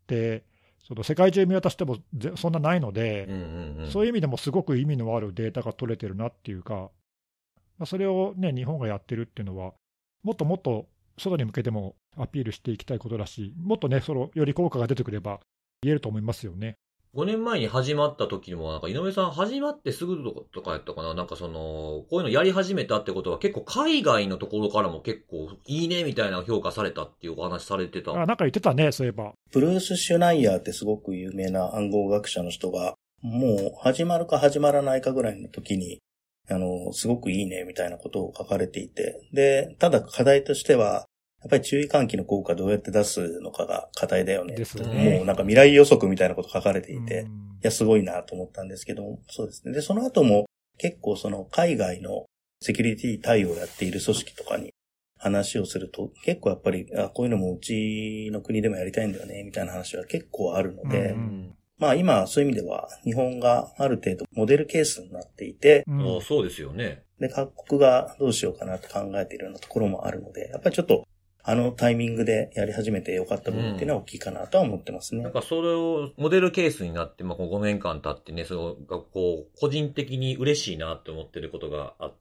世界中見渡してもそんなないので、そういう意味でもすごく意味のあるデータが取れてるなっていうか、それをね、日本がやってるっていうのは、もっともっと外に向けてもアピールしていきたいことだし、もっとね、より効果が出てくれば言えると思いますよね。 5年前に始まった時も、なんか井上さん始まってすぐとかやったかな、なんかこういうのやり始めたってことは結構海外のところからも結構いいねみたいな評価されたっていうお話されてた。 なんか言ってたね、そういえば。 ブルース・シュナイヤーってすごく有名な暗号学者の人が、もう始まるか始まらないかぐらいの時に、すごくいいねみたいなことを書かれていて、で、ただ課題としては、やっぱり注意喚起の効果どうやって出すのかが課題だよね。 ですね。 もうなんか未来予測みたいなこと書かれていて、いや、すごいなと思ったんですけども、そうですね。で、その後も結構海外のセキュリティ対応をやっている組織とかに話をすると、結構やっぱり、こういうのもうちの国でもやりたいんだよね、みたいな話は結構あるので、まあ今そういう意味では日本がある程度モデルケースになっていて、 そうですよね。 で、各国がどうしようかなと考えているようなところもあるので、やっぱりちょっとタイミングでやり始めてよかった部分っていうのは大きいかなとは思ってますね。 なんかそれをモデルケースになって、まあ5年間経ってね、個人的に嬉しいなって思ってることがあって、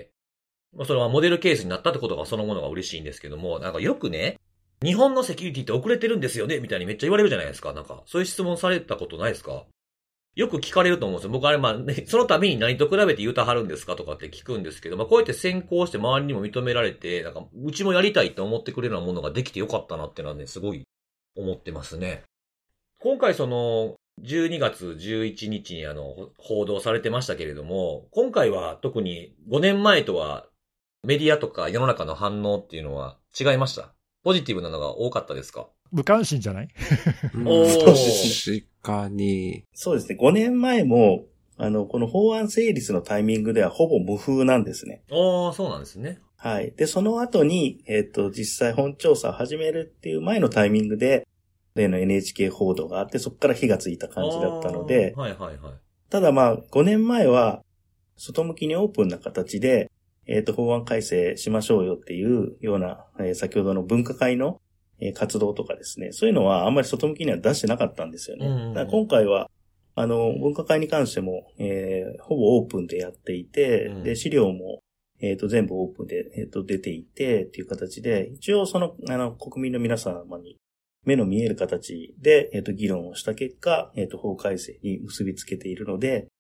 まあそれはモデルケースになったってことがそのものが嬉しいんですけども、なんかよくね、日本のセキュリティって遅れてるんですよねみたいにめっちゃ言われるじゃないですか。なんか、そういう質問されたことないですか？よく聞かれると思うんですよ。僕まあね、そのために何と比べて言うたはるんですかとかって聞くんですけど、まあこうやって先行して周りにも認められて、なんか、うちもやりたいって思ってくれるようなものができてよかったなっていうのはね、すごい思ってますね。今回12月11日に報道されてましたけれども、今回は特に5年前とはメディアとか世の中の反応っていうのは違いました？ポジティブなのが多かったですか？ 無関心じゃない？ 確かに。 そうですね。5年前も、この法案成立のタイミングではほぼ無風なんですね。 そうなんですね。 はい。で、その後に、実際本調査を始めるっていう前のタイミングで、例の NHK 報道があって、そこから火がついた感じだったので、 はいはいはい。 ただまあ、5年前は、外向きにオープンな形で、法案改正しましょうよっていうような、先ほどの分科会の活動とかですね、そういうのはあんまり外向きには出してなかったんですよね。だから今回は、分科会に関しても、ほぼオープンでやっていて、で、資料も、全部オープンで、出ていて、っていう形で、一応国民の皆様に目の見える形で、議論をした結果、法改正に結びつけているので、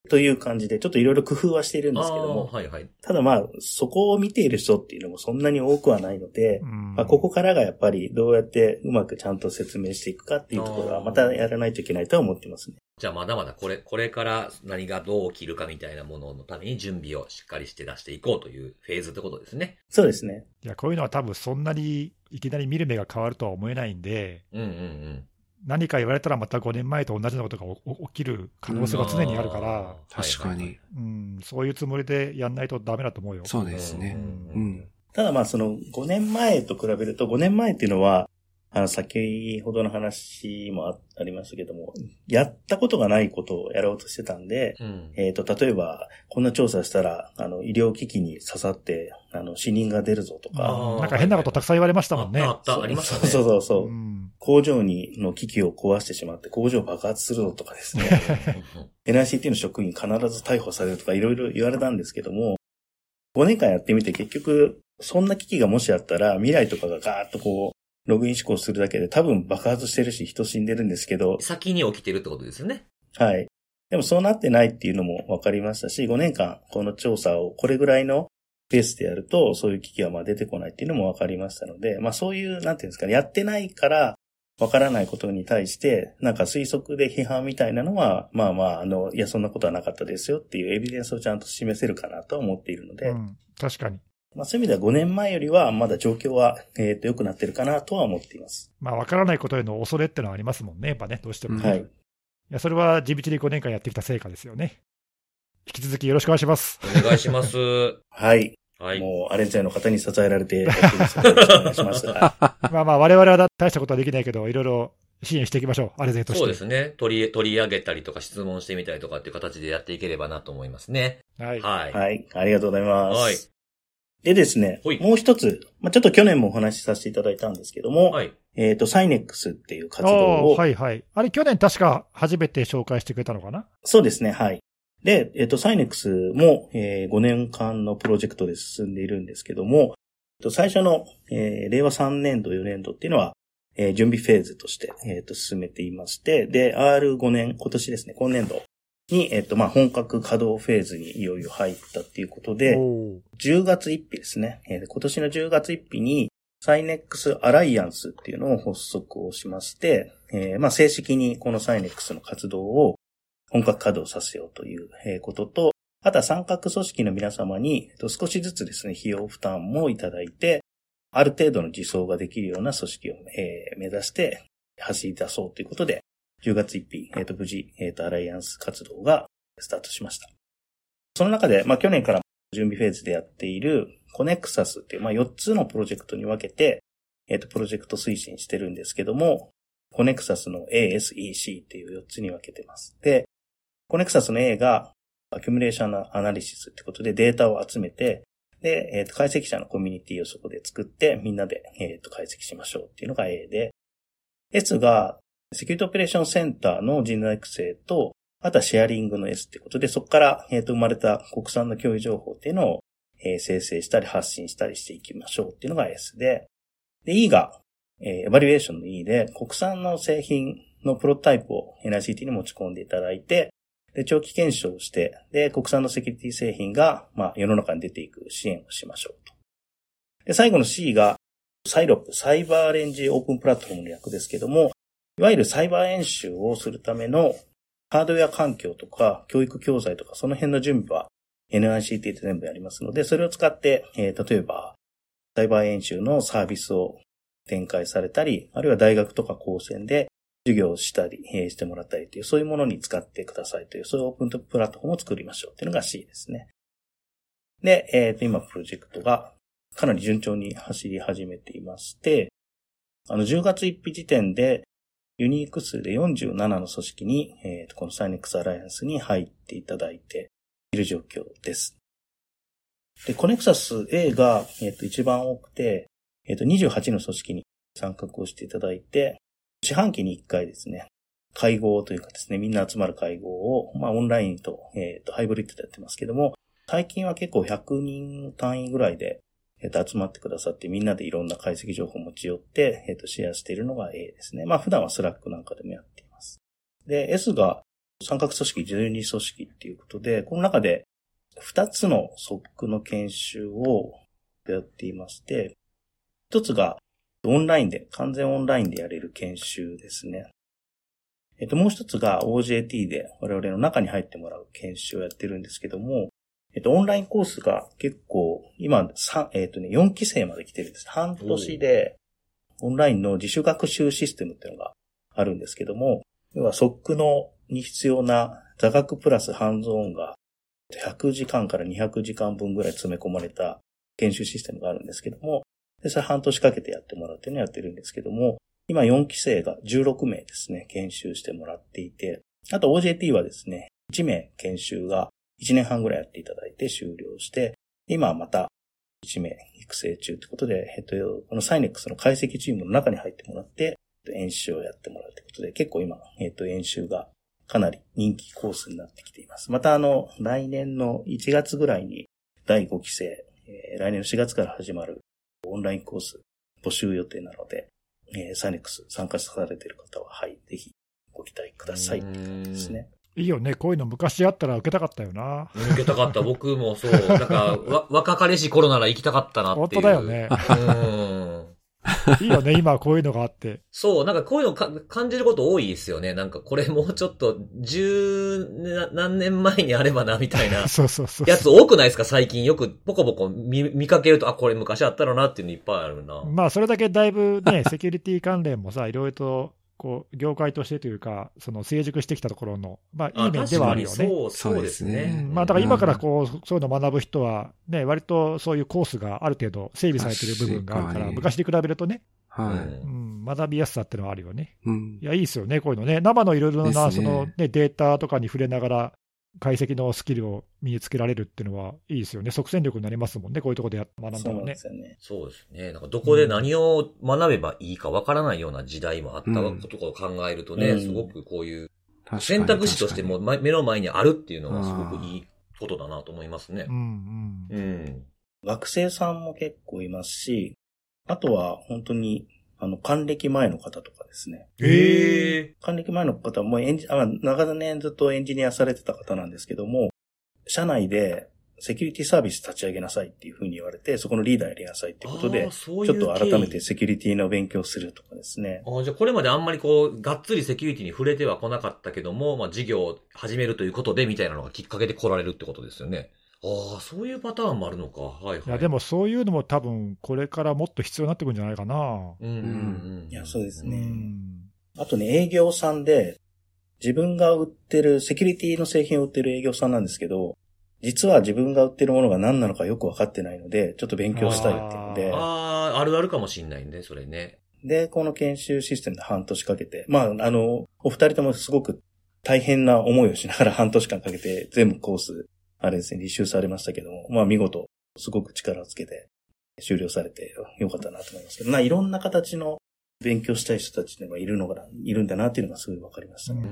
という感じで、ちょっといろいろ工夫はしているんですけども、 はいはい、 ただまあ、そこを見ている人っていうのもそんなに多くはないので、まあ、ここからがやっぱりどうやってうまくちゃんと説明していくかっていうところはまたやらないといけないとは思ってますね。 じゃあまだまだこれから何がどう起きるかみたいなもののために準備をしっかりして出していこうというフェーズってことですね。 そうですね。 いや、こういうのは多分そんなにいきなり見る目が変わるとは思えないんで、何か言われたらまた5年前と同じようなことが起きる可能性が常にあるから、 確かに、 そういうつもりでやんないとダメだと思うよ。 そうですね。 ただまあその5年前と比べると、5年前っていうのは、先ほどの話もありましたけども、やったことがないことをやろうとしてたんで、例えば、こんな調査したら、医療機器に刺さって、死人が出るぞとか。 なんか変なことたくさん言われましたもんね。 ありましたね。 そう。工場の機器を壊してしまって工場爆発するぞとかですね。NICT の職員必ず逮捕されるとかいろいろ言われたんですけども、5年間やってみて結局、そんな機器がもしあったら未来とかがガーッとこう、ログイン思考するだけで多分爆発してるし人死んでるんですけど。 先に起きてるってことですよね。 はい。でもそうなってないっていうのも分かりましたし、5年間この調査をこれぐらいのペースでやると、そういう機器はまあ出てこないっていうのも分かりましたので、まあそういう、なんていうんですかね、やってないから分からないことに対して、なんか推測で批判みたいなのは、まあ、いやそんなことはなかったですよっていうエビデンスをちゃんと示せるかなと思っているので。 確かに。 まあそういう意味では5年前よりはまだ状況は、良くなってるかなとは思っています。 まあ分からないことへの恐れってのはありますもんね、やっぱね、どうしても。 はい。いや、それは地道に5年間やってきた成果ですよね。引き続きよろしくお願いします。 お願いします。 はい。もう、アレンチャイの方に支えられて、よろしくお願いします。 まあ我々は大したことはできないけど、いろいろ支援していきましょう、アレゼンとして。 そうですね。取り上げたりとか質問してみたりとかっていう形でやっていければなと思いますね。 はい。 はい。ありがとうございます。はい。でですね、もう一つ、ちょっと去年もお話しさせていただいたんですけども、サイネックスっていう活動を。 はいはい。あれ去年確か初めて紹介してくれたのかな？ そうですね、はい。で、サイネックスも、5年間のプロジェクトで進んでいるんですけども、最初の、令和3年度、4年度っていうのは、準備フェーズとして、進めていまして、で、R5 年、今年ですね、今年度に、本格稼働フェーズにいよいよ入ったっていうことで、10月1日ですね、今年の10月1日に、サイネックスアライアンスっていうのを発足をしまして、正式にこのサイネックスの活動を本格稼働させようということと、あとは参画組織の皆様に少しずつですね、費用負担もいただいて、ある程度の自走ができるような組織を目指して走り出そうということで、10月1日、無事、アライアンス活動がスタートしました。その中で、去年から準備フェーズでやっているコネクサスっていう、4つのプロジェクトに分けて、プロジェクト推進してるんですけども、コネクサスの A、S、E、C っていう4つに分けてます。で、コネクサスの A が、アキュムレーションアナリシスってことでデータを集めて、で、解析者のコミュニティをそこで作って、みんなで、解析しましょうっていうのが A で、S が、セキュリティオペレーションセンターの人材育成と、あとはシェアリングの S ってことで、そこから、生まれた国産の共有情報っていうのを、生成したり発信したりしていきましょうっていうのが S で、で、E が、エバリュエーションの E で、国産の製品のプロトタイプを NICT に持ち込んでいただいて、で、長期検証をして、で、国産のセキュリティ製品が、世の中に出ていく支援をしましょうと。で、最後の C が、サイロップ、サイバーレンジオープンプラットフォームの略ですけども、いわゆるサイバー演習をするためのハードウェア環境とか、教育教材とか、その辺の準備は NICT で全部やりますので、それを使って、例えば、サイバー演習のサービスを展開されたり、あるいは大学とか高専で授業をしたり、してもらったりという、そういうものに使ってくださいという、そういうオープンプラットフォームを作りましょうというのが C ですね。で、今プロジェクトがかなり順調に走り始めていまして、10月1日時点でユニーク数で47の組織に、このサイネックスアライアンスに入っていただいている状況です。で、コネクサス A が、一番多くて、28の組織に参画をしていただいて、四半期に1回ですね、会合というかですね、みんな集まる会合を、オンラインと、ハイブリッドでやってますけども、最近は結構100人単位ぐらいで、集まってくださってみんなでいろんな解析情報を持ち寄って、シェアしているのが A ですね。普段はスラックなんかでもやっています。で、S が三角組織、12組織っていうことで、この中で2つの SOC の研修をやっていまして、1つがオンラインで、完全オンラインでやれる研修ですね。もう1つが OJT で我々の中に入ってもらう研修をやってるんですけども、オンラインコースが結構今4期生まで来てるんです。半年でオンラインの自主学習システムっていうのがあるんですけども、要は SOC に必要な座学プラスハンズオンが100時間から200時間分ぐらい詰め込まれた研修システムがあるんですけども、でそれ半年かけてやってもらうっていうのをやってるんですけども、今4期生が16名ですね、研修してもらっていて、あと OJT はですね、1名研修が1年半ぐらいやっていただいて終了して、今はまた1名育成中ということで、このサイネックスの解析チームの中に入ってもらって、演習をやってもらうということで、結構今、演習がかなり人気コースになってきています。また来年の1月ぐらいに第5期生、来年の4月から始まるオンラインコース募集予定なので、サイネックス参加されている方は、はい、ぜひご期待くださいっていう感じですね。 いいよね。こういうの昔あったら受けたかったよな。 受けたかった。僕もそう。なんか、若かりし頃なら行きたかったなっていう。 本当だよね。いいよね。今こういうのがあって。 そう。なんかこういうの感じること多いですよね。なんかこれもうちょっと何年前にあればな、みたいな。 そうそうそう。 やつ多くないですか最近よくポコポコ見かけると、あ、これ昔あったろうなっていうのいっぱいあるな。 まあそれだけだいぶね、セキュリティ関連もさ、いろいろと、こう業界としてというか、その成熟してきたところの、まあいい面ではあるよね。 そうですね。 まあだから今からこう、そういうのを学ぶ人は、ね、割とそういうコースがある程度整備されている部分があるから、昔に比べるとね、学びやすさっていうのはあるよね。いや、いいですよね、こういうのね。生のいろいろな、そのね、データとかに触れながら、解析のスキルを身につけられるっていうのはいいですよね。即戦力になりますもんね。こういうところで学んだらね。 そうですね。なんかどこで何を学べばいいかわからないような時代もあったことを考えるとね、すごくこういう選択肢としても目の前にあるっていうのはすごくいいことだなと思いますね。 学生さんも結構いますし、あとは本当に還暦前の方とかですね。還暦前の方も長年ずっとエンジニアされてた方なんですけども、社内でセキュリティサービス立ち上げなさいっていうふうに言われて、そこのリーダーやりなさいっていうことで、ちょっと改めてセキュリティの勉強するとかですね。 じゃあこれまであんまりこう、がっつりセキュリティに触れては来なかったけども、まあ事業を始めるということでみたいなのがきっかけで来られるってことですよね。そういうパターンもあるのか。はいはい。 いや、でもそういうのも多分、これからもっと必要になってくるんじゃないかな。 いや、そうですね。あとね、営業さんで、自分が売ってる、セキュリティの製品を売ってる営業さんなんですけど、実は自分が売ってるものが何なのかよくわかってないので、ちょっと勉強したいっていうので。 あるあるかもしんないんで、それね。 で、この研修システムで半年かけて、まあ、お二人ともすごく大変な思いをしながら半年間かけて全部コース、あれですね、履修されましたけども、まあ見事、すごく力をつけて終了されてよかったなと思いますけど、いろんな形の勉強したい人たちがいるんだなっていうのがすごいわかりましたね。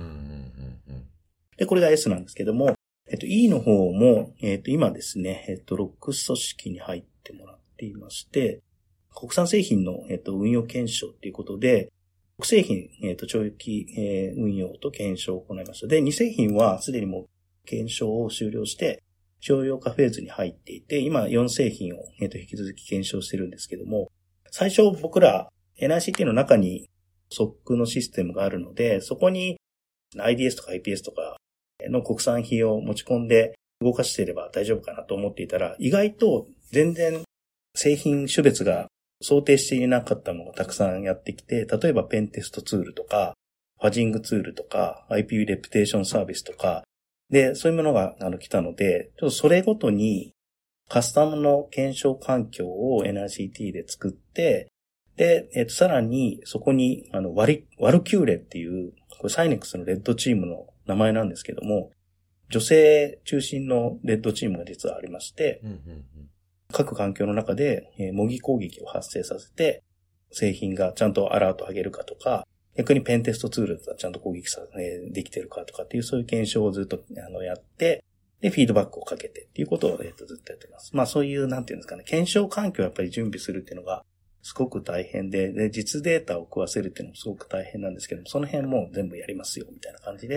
で、これが S なんですけども、E の方も、今ですね、6組織に入ってもらっていまして、国産製品の、運用検証ということで、国製品、懲役、運用と検証を行いました。で、2製品はすでにもう検証を終了して、商用化フェーズに入っていて、今4製品を、引き続き検証してるんですけども、最初僕ら NICT の中に SOC のシステムがあるので、そこに IDS とか IPS とかの国産品を持ち込んで動かしていれば大丈夫かなと思っていたら、意外と全然製品種別が想定していなかったのがたくさんやってきて、例えばペンテストツールとか、ファジングツールとか、IP レピュテーションサービスとか、で、そういうものが来たので、ちょっとそれごとにカスタムの検証環境を NICT で作って、で、さらにそこにワルキューレっていう、これサイネックスのレッドチームの名前なんですけども、女性中心のレッドチームが実はありまして、各環境の中で模擬攻撃を発生させて、製品がちゃんとアラートを上げるかとか、逆にペンテストツールがちゃんと攻撃できてるかとかっていうそういう検証をずっとやって、で、フィードバックをかけてっていうことをずっとやってます。まあそういうなんていうんですかね、検証環境をやっぱり準備するっていうのがすごく大変で、実データを食わせるっていうのもすごく大変なんですけども、その辺も全部やりますよみたいな感じで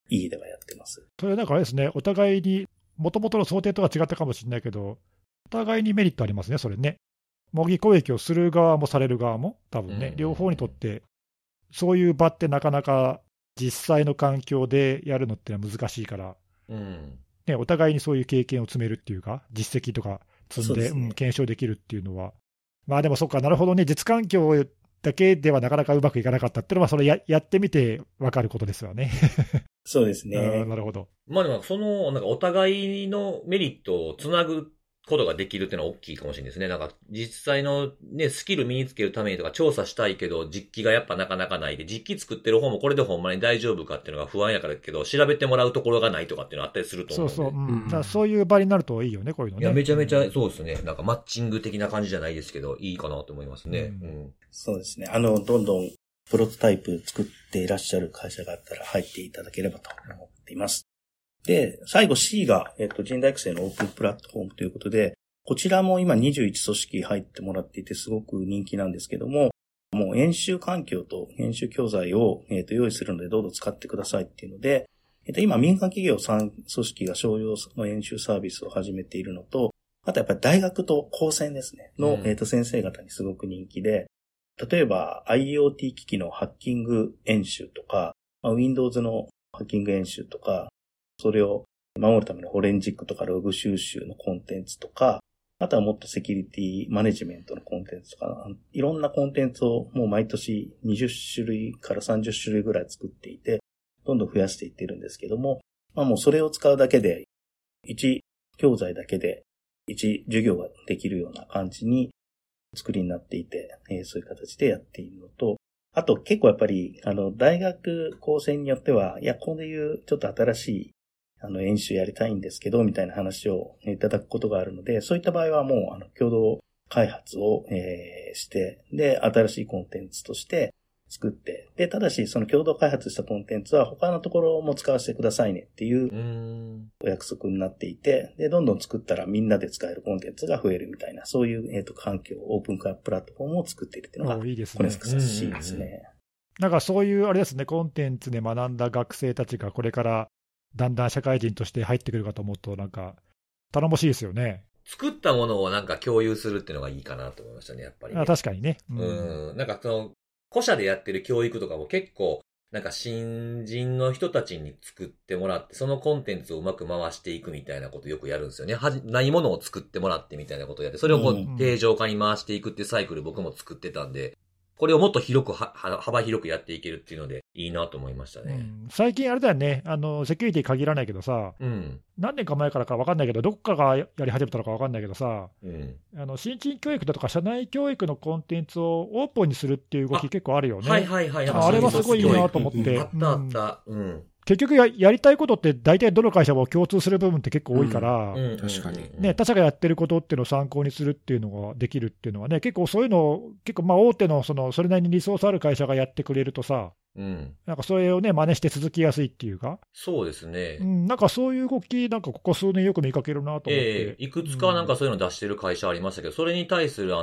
E ではやってます。 それなんかあれですね、お互いに、もともとの想定とは違ったかもしれないけど、お互いにメリットありますね、それね。模擬攻撃をする側もされる側も、多分ね、両方にとって、そういう場ってなかなか実際の環境でやるのってのは難しいから、ね、お互いにそういう経験を積めるっていうか、実績とか積んで、検証できるっていうのは、まあでもそっか、なるほどね、実環境だけではなかなかうまくいかなかったっていうのは、それやってみて分かることですよね。 そうですね。 なるほど。 まあでも、なんかお互いのメリットをつなぐことができるっていうのは大きいかもしれないですね。なんか、実際のね、スキル身につけるためにとか調査したいけど、実機がやっぱなかなかないで、実機作ってる方もこれでほんまに大丈夫かっていうのが不安やからけど、調べてもらうところがないとかっていうのがあったりすると思うんで。 だからそういう場になるといいよね、こういうのね。 いや、めちゃめちゃそうですね。なんかマッチング的な感じじゃないですけど、いいかなと思いますね。 そうですね。どんどんプロトタイプ作っていらっしゃる会社があったら入っていただければと思っています。で、最後 C が、人材育成のオープンプラットフォームということで、こちらも今21組織入ってもらっていてすごく人気なんですけども、もう演習環境と演習教材を、用意するのでどうぞ使ってくださいっていうので、今民間企業3組織が商用の演習サービスを始めているのと、あとやっぱり大学と高専ですね、の、先生方にすごく人気で、例えば IoT 機器のハッキング演習とか、Windows のハッキング演習とか、それを守るためのフォレンジックとかログ収集のコンテンツとか、あとはもっとセキュリティマネジメントのコンテンツとか、いろんなコンテンツをもう毎年20種類から30種類ぐらい作っていて、どんどん増やしていってるんですけども、もうそれを使うだけで、1教材だけで1授業ができるような感じに作りになっていて、そういう形でやっているのと、あと結構やっぱり、大学高専によっては、いや、こういうちょっと新しい演習やりたいんですけど、みたいな話をいただくことがあるので、そういった場合はもう、共同開発を、して、で、新しいコンテンツとして作って、で、ただし、その共同開発したコンテンツは他のところも使わせてくださいねっていうお約束になっていて、で、どんどん作ったらみんなで使えるコンテンツが増えるみたいな、そういう、環境、オープンプラットフォームを作っているっていうのが、 いいですね。 コネスクサ C ですね。 なんかそういう、あれですね、コンテンツで学んだ学生たちがこれから、だんだん社会人として入ってくるかと思うと、なんか、頼もしいですよね。 作ったものをなんか共有するっていうのがいいかなと思いましたね、やっぱり、ね。 確かにね。 なんか個社でやってる教育とかも結構、なんか新人の人たちに作ってもらって、そのコンテンツをうまく回していくみたいなことよくやるんですよね。ないものを作ってもらってみたいなことをやって、それを定常化に回していくっていうサイクル僕も作ってたんで、これをもっと広く幅広くやっていけるっていうのでいいなと思いましたね。 最近あれだよね、セキュリティ限らないけどさ、何年か前からか分かんないけど、どっかがやり始めたのか分かんないけどさ、新人教育だとか社内教育のコンテンツをオープンにするっていう動き結構あるよね。 あれはすごいいいなと思って。 あった。 結局やりたいことって大体どの会社も共通する部分って結構多いから、 確かに。 ね、他社がやってることっていうのを参考にするっていうのができるっていうのはね、結構そういうのを、結構大手のそれなりにリソースある会社がやってくれるとさ、なんかそれをね、真似して続きやすいっていうか。 そうですね。 なんかそういう動き、なんかここ数年よく見かけるなと思って。 いくつかなんかそういうの出してる会社ありましたけど、それに対する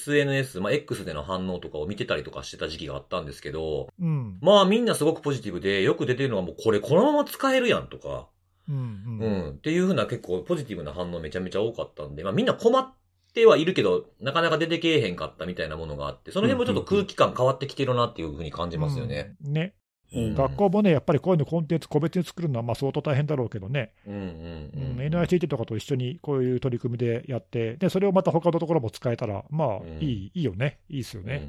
SNS、X での反応とかを見てたりとかしてた時期があったんですけど、まあみんなすごくポジティブで、よく出てるのはもうこれこのまま使えるやんとか、っていう風な結構ポジティブな反応めちゃめちゃ多かったんで、まあみんな困ってはいるけど、なかなか出てけえへんかったみたいなものがあって、その辺もちょっと空気感変わってきてるなっていう風に感じますよね。 ね。学校もね、やっぱりこういうのコンテンツ個別に作るのはまあ相当大変だろうけどね。NICT とかと一緒にこういう取り組みでやって、で、それをまた他のところも使えたら、まあいいよね。いいですよね。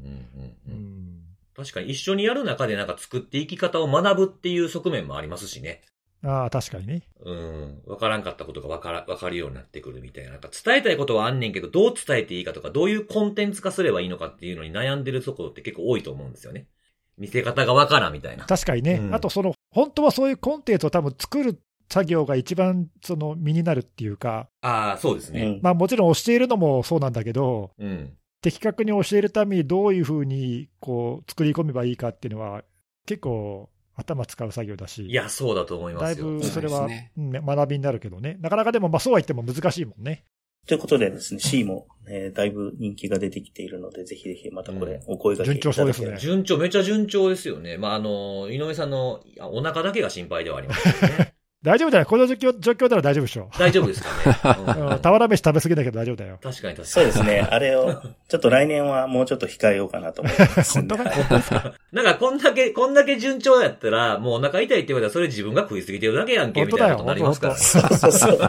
確かに一緒にやる中でなんか作っていき方を学ぶっていう側面もありますしね。 確かにね。 わからんかったことがわかるようになってくるみたいな。なんか伝えたいことはあんねんけど、どう伝えていいかとか、どういうコンテンツ化すればいいのかっていうのに悩んでるところって結構多いと思うんですよね。見せ方がわからんみたいな。 確かにね。あと本当はそういうコンテンツを多分作る作業が一番身になるっていうか。 そうですね。 まあもちろん教えるのもそうなんだけど、的確に教えるためにどういうふうにこう作り込めばいいかっていうのは結構頭使う作業だし。 いや、そうだと思いますよ。 だいぶそれは、学びになるけどね。なかなかでもそうは言っても難しいもんね。 ということでですね、C も、だいぶ人気が出てきているので、ぜひぜひまたこれ、お声掛けいただければ。 順調そうですね。 順調、めちゃ順調ですよね。まあ、井上さんのお腹だけが心配ではありますよね。 大丈夫だよ。この状況なら大丈夫でしょ。 大丈夫ですかね。俵飯食べ過ぎだけど大丈夫だよ。 確かに。 そうですね。あれを、ちょっと来年はもうちょっと控えようかなと思います。 本当ですか？ なんかこんだけ順調やったら、もうお腹痛いって言われたらそれ自分が食いすぎてるだけやんけ、みたいなことになりますから。 そう。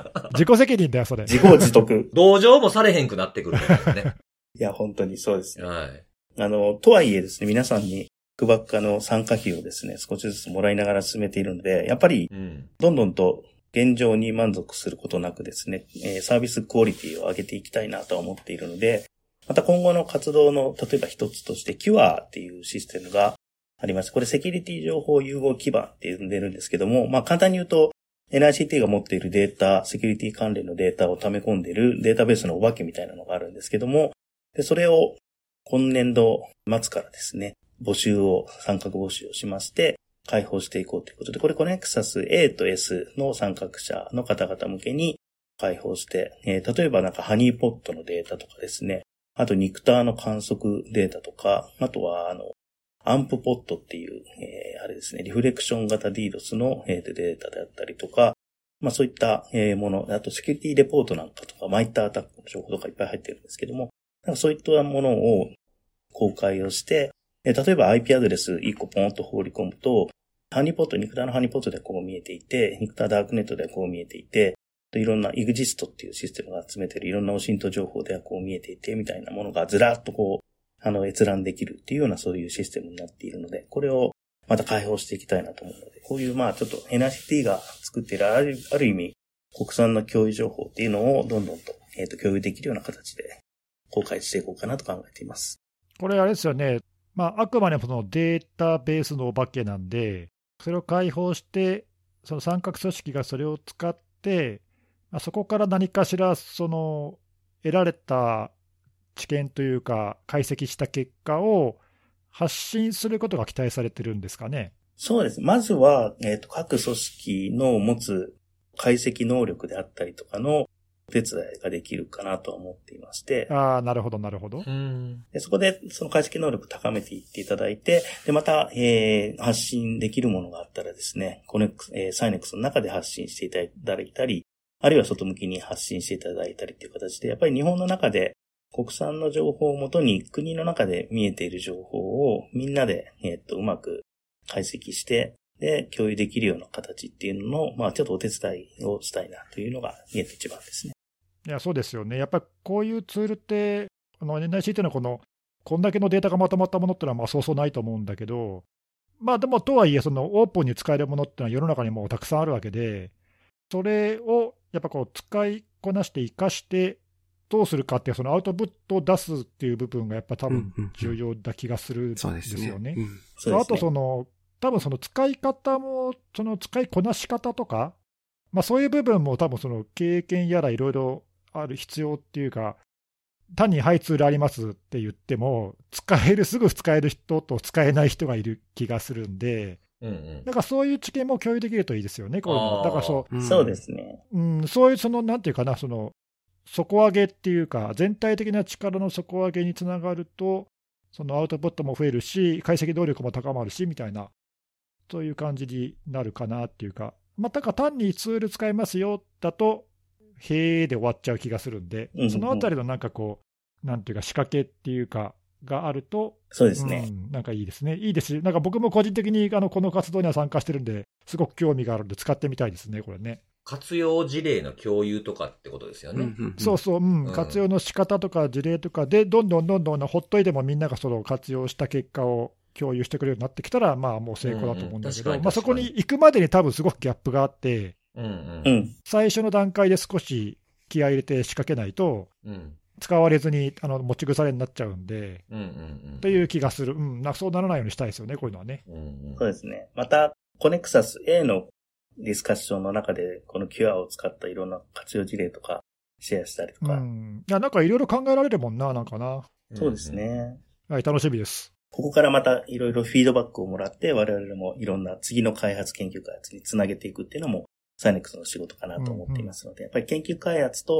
自己責任だよ、それ。 自業自得。 同情もされへんくなってくるからね。 いや、本当にそうですね。 はい。 とはいえですね、皆さんに、クバッカの参加費をですね、少しずつもらいながら進めているので、やっぱり、どんどんと現状に満足することなくですね、サービスクオリティを上げていきたいなと思っているので、また今後の活動の、例えば一つとして、QR っていうシステムがあります。これセキュリティ情報融合基盤って呼んでるんですけども、まあ簡単に言うと、NICT が持っているデータ、セキュリティ関連のデータを溜め込んでいるデータベースのお化けみたいなのがあるんですけども、でそれを今年度末からですね、参画募集をしまして、開放していこうということで、これコネクサス A と S の参画者の方々向けに開放して、例えばなんかハニーポットのデータとかですね、あとニクターの観測データとか、あとはアンプポットっていう、あれですね、リフレクション型 DDoS の、データであったりとか、まあそういった、もの、あとセキュリティレポートなんかとか、マイターアタックの情報とかいっぱい入ってるんですけども、なんかそういったものを公開をして、例えば IP アドレス1個ポンと放り込むと、ハニーポット、ニクターのハニーポットではこう見えていて、ニクターダークネットではこう見えていて、いろんな EXIST っていうシステムが集めているいろんなオシント情報ではこう見えていて、みたいなものがずらっとこう、閲覧できるっていうようなそういうシステムになっているので、これをまた開放していきたいなと思うので、こういうまあちょっと NICT が作っているある意味国産の共有情報っていうのをどんどんと、共有できるような形で公開していこうかなと考えています。これあれですよね。まああくまでもそのデータベースのお化けなんで、それを開放して、その参画組織がそれを使って、そこから何かしらその得られた知見というか、解析した結果を発信することが期待されてるんですかね。 そうです。まずは、各組織の持つ解析能力であったりとかのお手伝いができるかなとは思っていまして。 ああ、なるほど、なるほど。 でそこでその解析能力高めていっていただいて、で、また、発信できるものがあったらですね、サイネックスの中で発信していただいたり、あるいは外向きに発信していただいたりという形で、やっぱり日本の中で国産の情報をもとに国の中で見えている情報をみんなで、うまく解析して、で、共有できるような形っていうのの、まあちょっとお手伝いをしたいなというのが見えて一番ですね。 いや、そうですよね。やっぱりこういうツールって、NICT というのはこんだけのデータがまとまったものってのはまあそうそうないと思うんだけど、まあでもとはいえ、そのオープンに使えるものってのは世の中にもうたくさんあるわけで、それをやっぱこう使いこなして生かしてどうするかっていうそのアウトプットを出すっていう部分がやっぱ多分重要な気がするんですよね。あと多分その使い方もその使いこなし方とか、まあそういう部分も多分その経験やらいろいろある必要っていうか、単にはいツールありますって言ってもすぐ使える人と使えない人がいる気がするんで。だからそういう知見も共有できるといいですよね、こういうの。だからそうですね。 そういうなんていうかな、底上げっていうか、全体的な力の底上げにつながると、そのアウトプットも増えるし、解析能力も高まるしみたいな、そういう感じになるかなっていうか、まあ、だから単にツール使いますよだと、へーで終わっちゃう気がするんで、そのあたりのなんかこう、なんていうか、仕掛けっていうか、があると、 そうですね、 なんかいいですね。いいですし、なんか僕も個人的にこの活動には参加してるんで、すごく興味があるんで、使ってみたいですね、これね。 活用事例の共有とかってことですよね。 そうそう、活用の仕方とか事例とかで、どんどんほっといてもみんながその活用した結果を共有してくれるようになってきたら、まあもう成功だと思うんだけど、まあそこに行くまでに多分すごくギャップがあって、最初の段階で少し気合い入れて仕掛けないと、使われずに持ち腐れになっちゃうんで、という気がする。そうならないようにしたいですよね、こういうのはね。 そうですね。また、コネクサス A のディスカッションの中で、この QR を使ったいろんな活用事例とか、シェアしたりとか。 いや、なんかいろいろ考えられるもんな、なんかな。 そうですね。 はい、楽しみです。 ここからまたいろいろフィードバックをもらって、我々もいろんな次の開発研究開発につなげていくっていうのも、サイネックスの仕事かなと思っていますので、やっぱり研究開発と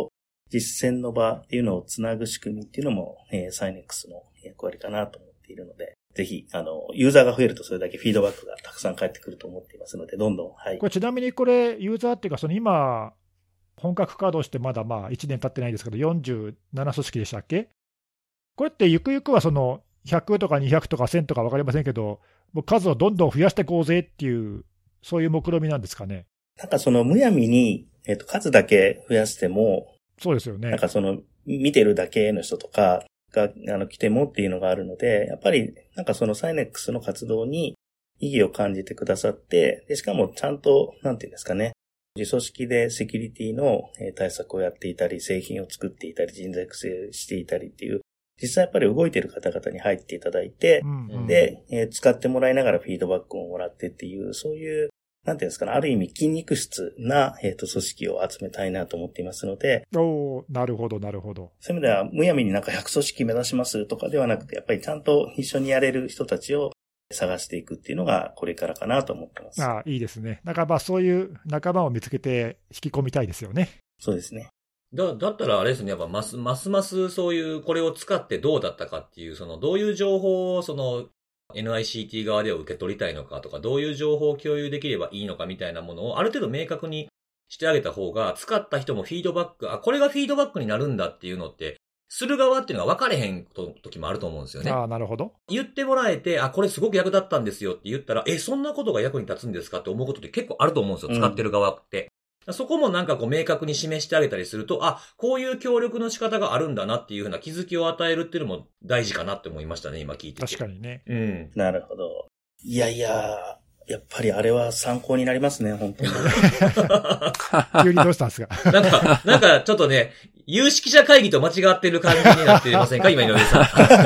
実践の場っていうのをつなぐ仕組みっていうのも、サイネックスの役割かなと思っているので、ぜひ、ユーザーが増えるとそれだけフィードバックがたくさん返ってくると思っていますので、どんどん、はい。 これちなみにこれ、ユーザーっていうか、その今、本格稼働してまだまあ1年経ってないですけど、47組織でしたっけ？これってゆくゆくはその100とか200とか1000とか分かりませんけど、もう数をどんどん増やしていこうぜっていう、そういう目論みなんですかね。 なんかそのむやみに、数だけ増やしても、 そうですよね。 なんかその見てるだけの人とかが来てもっていうのがあるので、やっぱりなんかそのサイネックスの活動に意義を感じてくださって、でしかもちゃんとなんていうんですかね、自組織でセキュリティの対策をやっていたり、製品を作っていたり、人材育成していたりっていう、実際やっぱり動いている方々に入っていただいて、で、使ってもらいながらフィードバックをもらってっていう、そういうなんていうんですかね、ある意味筋肉質な、組織を集めたいなと思っていますので。 なるほど、なるほど。 そういう意味では、むやみになんか100組織目指しますとかではなくて、やっぱりちゃんと一緒にやれる人たちを探していくっていうのがこれからかなと思ってます。 いいですね。なんかまあそういう仲間を見つけて引き込みたいですよね。 そうですね。 だったらあれですね、やっぱますますそういうこれを使ってどうだったかっていう、そのどういう情報をそのNICT 側では受け取りたいのかとか、どういう情報を共有できればいいのかみたいなものをある程度明確にしてあげた方が、使った人もフィードバック、これがフィードバックになるんだっていうのって、する側っていうのが分かれへん時もあると思うんですよね。 なるほど。 言ってもらえて、これすごく役立ったんですよって言ったら、そんなことが役に立つんですかって思うことって結構あると思うんですよ、使ってる側って。そこもなんかこう明確に示してあげたりすると、こういう協力の仕方があるんだなっていうふうな気づきを与えるっていうのも大事かなって思いましたね、今聞いてて。 確かにね。 なるほど。いや、やっぱりあれは参考になりますね、本当に。 急にどうしたんですか？ なんかちょっとね、有識者会議と間違ってる感じになっていませんか今井上さ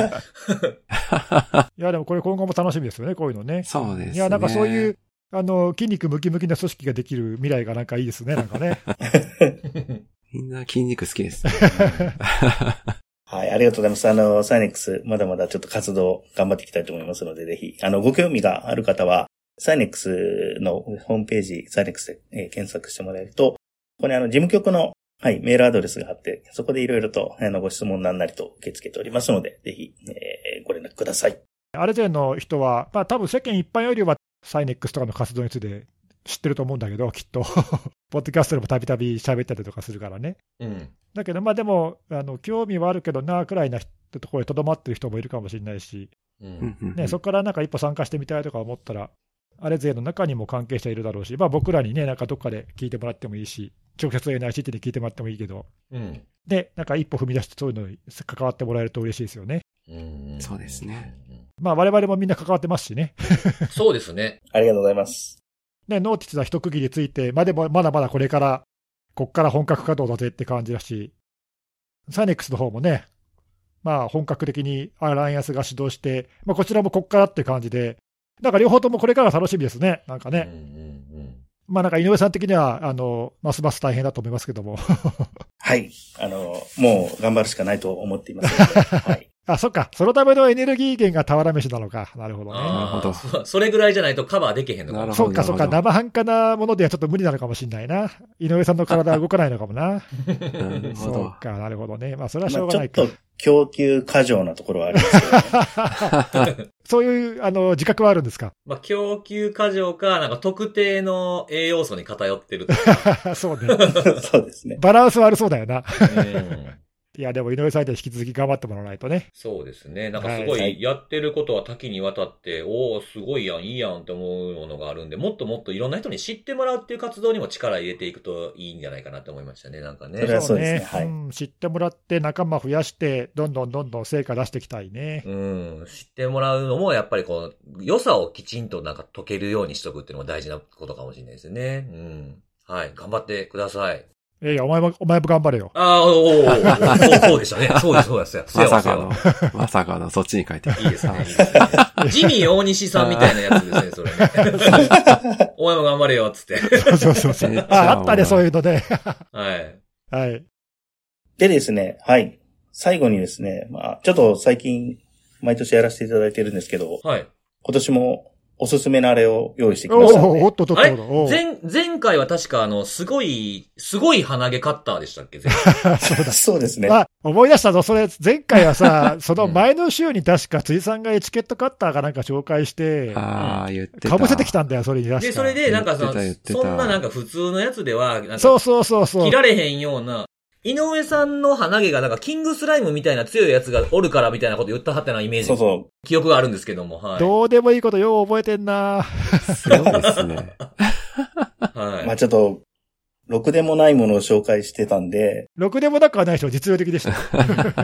ん。いや、でもこれ今後も楽しみですよね、こういうのね。 そうですね。 いや、なんかそういう、筋肉ムキムキな組織ができる未来がなんかいいですね、なんかね。 みんな筋肉好きです。 はい、ありがとうございます。サイネックス、まだまだちょっと活動頑張っていきたいと思いますので、ぜひ、ご興味がある方は、サイネックスのホームページ、サイネックスで、検索してもらえると、ここに事務局の、はい、メールアドレスがあって、そこでいろいろと、ご質問なんなりと受け付けておりますので、ぜひ、ご連絡ください。 あれぞれの人は、多分世間一般よりは、サイネックスとかの活動について知ってると思うんだけど、きっと。ポッドキャストでもたびたび喋ったりとかするからね。だけど、でも、興味はあるけどな、くらいなところに留まってる人もいるかもしれないし、ね、そこからなんか一歩参加してみたいとか思ったら、あれ勢の中にも関係者いるだろうし、僕らにね、なんかどっかで聞いてもらってもいいし、直接 NICT で聞いてもらってもいいけど、で、なんか一歩踏み出してそういうのに関わってもらえると嬉しいですよね。 そうですね。 我々もみんな関わってますしね。 そうですね。 ありがとうございます。 ね、ノーティスは一区切りついて、でもまだまだこっから本格稼働だぜって感じだし、サイネックスの方もね、本格的にアライアンスが始動して、こちらもこっからって感じで、なんか両方ともこれからが楽しみですね、なんかね。なんか井上さん的には、ますます大変だと思いますけども。 はい。もう頑張るしかないと思っていますので。はい。 そっか。そのためのエネルギー源が俵飯なのか。なるほどね。 なるほど。 それぐらいじゃないとカバーできへんのかな。 そうか。生半可なものではちょっと無理なのかもしれないな。井上さんの体は動かないのかもな。 なるほど。 そうか、なるほどね。それはしょうがないか。 ちょっと供給過剰なところはありますけどね。 そういう自覚はあるんですか？ 供給過剰か、なんか特定の栄養素に偏ってるとか。そうね。 そうですね。 バランス悪そうだよな。いや、でも井上さんで引き続き頑張ってもらわないとね。 そうですね。なんかすごいやってることは多岐にわたって、すごいやん、いいやんって思うものがあるんで、もっともっといろんな人に知ってもらうっていう活動にも力入れていくといいんじゃないかなって思いましたね、なんかね。 それはそうですね。はい。 知ってもらって仲間増やして、どんどん成果出していきたいね。 知ってもらうのもやっぱり良さをきちんとなんか解けるようにしとくっていうのも大事なことかもしれないですね。はい。頑張ってください。 いや、お前も頑張れよ。 そうでしたね。そうです。 まさかの、そっちに書いて。 いいですね。ジミー大西さんみたいなやつですね、それね。お前も頑張れよ、つって。 そう。あったね、そういうので。 はい。 でですね、はい。最後にですね、ちょっと最近、毎年やらせていただいてるんですけど、 はい。 今年もおすすめのあれを用意してきましたので。 おっとっとっと。 前回は確かすごい鼻毛カッターでしたっけ？ そうですね。 思い出したぞ。それ、前回はさ、その前の週に確か辻さんがエチケットカッターかなんか紹介して、 言ってた。 かぶせてきたんだよ、それに出して。 で、それで、なんかそんななんか普通のやつでは、 そう。 切られへんような、井上さんの鼻毛がなんかキングスライムみたいな強いやつがおるからみたいなこと言ったはってなイメージ。そう。記憶があるんですけども、はい。 どうでもいいことよう覚えてんなそうですね。 はい。 まあちょっと、ろくでもないものを紹介してたんで。 ろくでもなくはない人、実用的でした。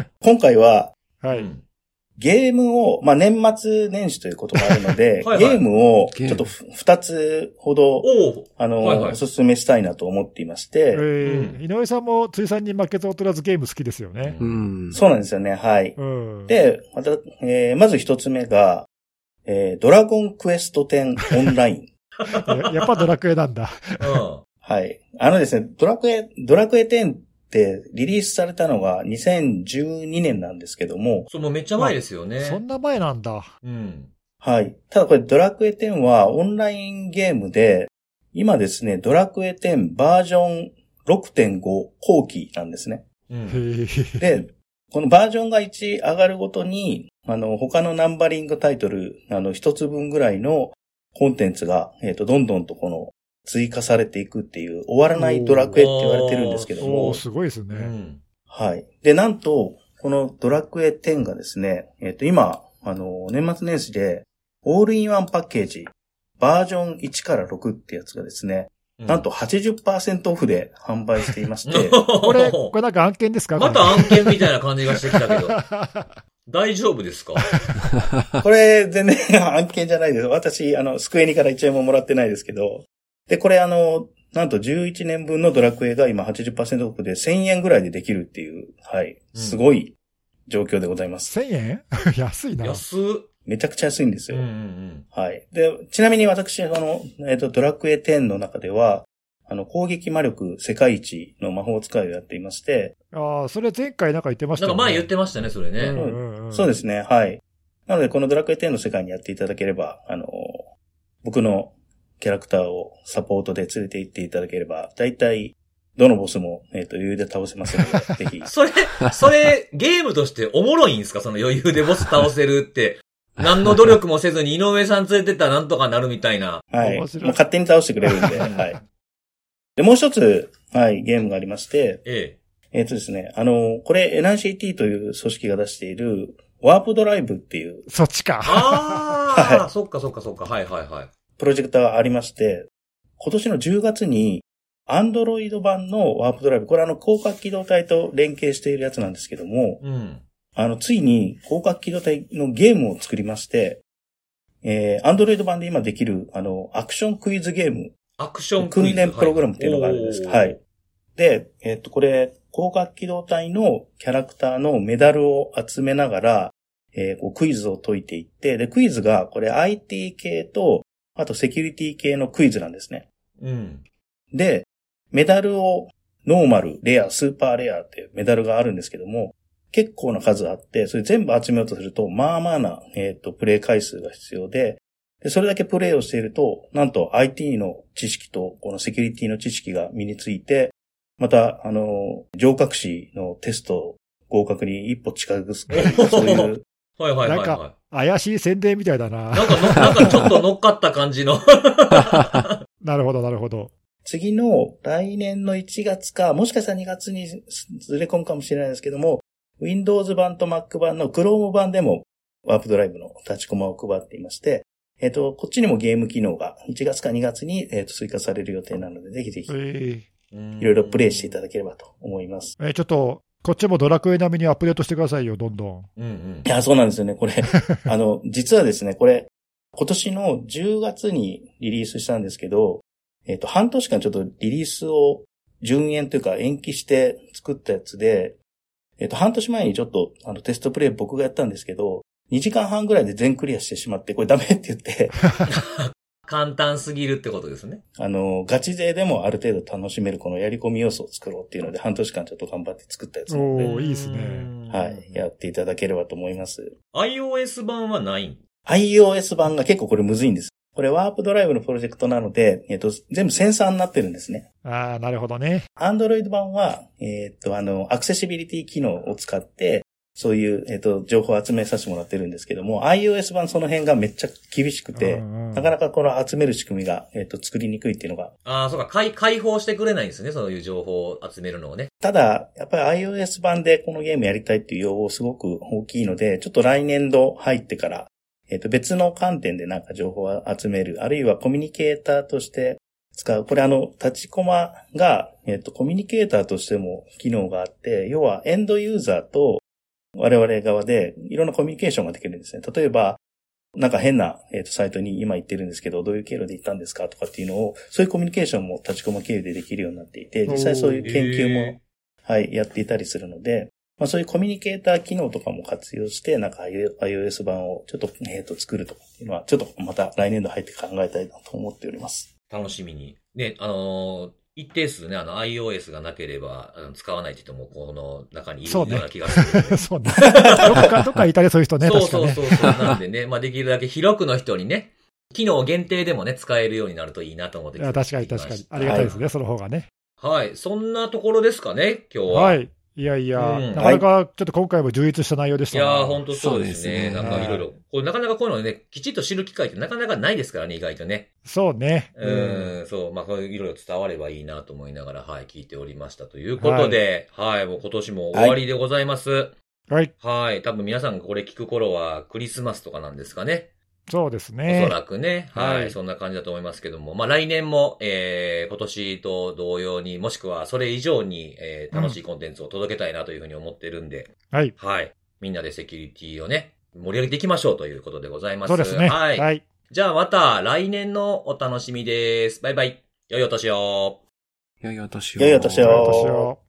今回は、 はい。 ゲームを、まあ、年末年始ということがあるので、はいはい、ゲームをちょっと2つほど、おすすめしたいなと思っていまして。 井上さんも辻さんに負けず劣らずゲーム好きですよね。 そうなんですよね、はい。で、まず1つ目が、ドラゴンクエスト10オンライン。 やっぱドラクエなんだ。 はい。ですね、ドラクエ10ってリリースされたのが2012年なんですけども。 もうめっちゃ前ですよね。 そんな前なんだ。 はい。ただこれドラクエ10はオンラインゲームで、今ですね、ドラクエ10バージョン 6.5 後期なんですね。で、このバージョンが1上がるごとに、他のナンバリングタイトル、一つ分ぐらいのコンテンツが、どんどんと追加されていくっていう終わらないドラクエって言われてるんですけども。 すごいですね。 はい。で、なんと、このドラクエ10がですね、今、年末年始で、オールインワンパッケージ、バージョン1から6ってやつがですね、なんと 80% オフで販売していまして。 これなんか案件ですか？ また案件みたいな感じがしてきたけど。大丈夫ですか？ これ、全然案件じゃないです。私、スクエニから1円ももらってないですけど。で、これなんと11年分のドラクエが今 80% オフで1000円ぐらいでできるっていう、はい、すごい状況でございます。 1000円安いな。 めちゃくちゃ安いんですよ。はい。で、ちなみに私、ドラクエ10の中では、攻撃魔力世界一の魔法使いをやっていまして。 それ前回なんか言ってましたね。 なんか前言ってましたね、それね。 そうですね、はい。なので、このドラクエ10の世界にやっていただければ、僕のキャラクターをサポートで連れて行っていただければ、だいたい、どのボスも、余裕で倒せますので、ぜひ。 それ、ゲームとしておもろいんですか？その余裕でボス倒せるって。何の努力もせずに井上さん連れてったらなんとかなるみたいな。 はい。勝手に倒してくれるんで、はい。で、もう一つ、はい、ゲームがありまして、ですね、これ NICT という組織が出している、ワープドライブっていう。 そっちか。 はい。そっか。はいはいはい。 プロジェクターがありまして、今年の10月に、アンドロイド版のワープドライブ、これ広角機動隊と連携しているやつなんですけども、ついに広角機動隊のゲームを作りまして、アンドロイド版で今できる、アクションクイズゲーム。 アクションクイズ。 訓練プログラムっていうのがあるんです。はい。で、これ、広角機動隊のキャラクターのメダルを集めながら、クイズを解いていって、で、クイズが、これ IT 系と、あとセキュリティ系のクイズなんですね。で、メダルをノーマル、レア、スーパーレアっていうメダルがあるんですけども、結構な数あって、それ全部集めようとすると、まあまあな、プレイ回数が必要で、それだけプレイをしていると、なんと IT の知識と、このセキュリティの知識が身について、また、上格士のテスト合格に一歩近づく、そういう。 はい。 なんか、怪しい宣伝みたいだな。 なんかちょっと乗っかった感じの。 なるほど。 次の来年の1月か、もしかしたら2月にずれ込むかもしれないですけども、Windows 版と Mac 版の Chrome 版でもワープドライブの立ちコマを配っていまして、こっちにもゲーム機能が1月か2月に、追加される予定なので、ぜひぜひ、いろいろプレイしていただければと思います。 ちょっと、こっちもドラクエ並みにアップデートしてくださいよ、どんどん。 いや、そうなんですよね、これ。実はですね、これ、今年の10月にリリースしたんですけど、半年間ちょっとリリースを順延というか延期して作ったやつで、半年前にちょっとテストプレイ僕がやったんですけど、2時間半ぐらいで全クリアしてしまって、これダメって言って。 簡単すぎるってことですね。 ガチ勢でもある程度楽しめるこのやり込み要素を作ろうっていうので、半年間ちょっと頑張って作ったやつなので。 いいですね。 はい。やっていただければと思います。 iOS 版はない？ iOS 版が結構これむずいんです。 これワープドライブのプロジェクトなので、全部センサーになってるんですね。 ああ、なるほどね。 Android 版は、アクセシビリティ機能を使って、そういう、情報を集めさせてもらってるんですけども、iOS 版その辺がめっちゃ厳しくて、なかなかこの集める仕組みが、作りにくいっていうのが。 ああ、そうか、開放してくれないんですね、そういう情報を集めるのをね。 ただ、やっぱり iOS 版でこのゲームやりたいっていう要望すごく大きいので、ちょっと来年度入ってから、別の観点でなんか情報を集める、あるいはコミュニケーターとして使う。これ立ちコマが、コミュニケーターとしても機能があって、要はエンドユーザーと我々側でいろんなコミュニケーションができるんですね。例えば、なんか変な、サイトに今行ってるんですけど、どういう経路で行ったんですかとかっていうのを、そういうコミュニケーションも立ちコマ経由でできるようになっていて、実際そういう研究も、はい、やっていたりするので、まあそういうコミュニケーター機能とかも活用して、なんか iOS 版をちょっと、作るとかっていうのは、ちょっとまた来年度入って考えたいなと思っております。 楽しみに。ね、一定数ね、iOS がなければ、使わないって人も、この中にいるような気がする、ね。 そうね。どっかいたりそういう人ね。 そう。なんでね、まあできるだけ広くの人にね、機能限定でもね、使えるようになるといいなと思って。 確かに。ありがたいですね、はい、その方がね。 はい。そんなところですかね、今日は。 はい。いや、なかなかちょっと今回も充実した内容でしたね。 いやー、ほんとそうですね。なんかいろいろ、これなかなかこういうのね、きちっと知る機会ってなかなかないですからね、意外とね。 そうね。 そう、まあ、いろいろ伝わればいいなと思いながら、はい、聞いておりましたということで、はい、もう今年も終わりでございます。 はい。 はい、多分皆さんがこれ聞く頃はクリスマスとかなんですかね。 そうですね。 おそらくね。はい。そんな感じだと思いますけども。まあ来年も、今年と同様に、もしくはそれ以上に、楽しいコンテンツを届けたいなというふうに思ってるんで。 はい。 はい。みんなでセキュリティをね、盛り上げていきましょうということでございます。 そうですね。 はい。はい、じゃあまた来年のお楽しみです。バイバイ。良いお年を。 良いお年を。 良いお年を。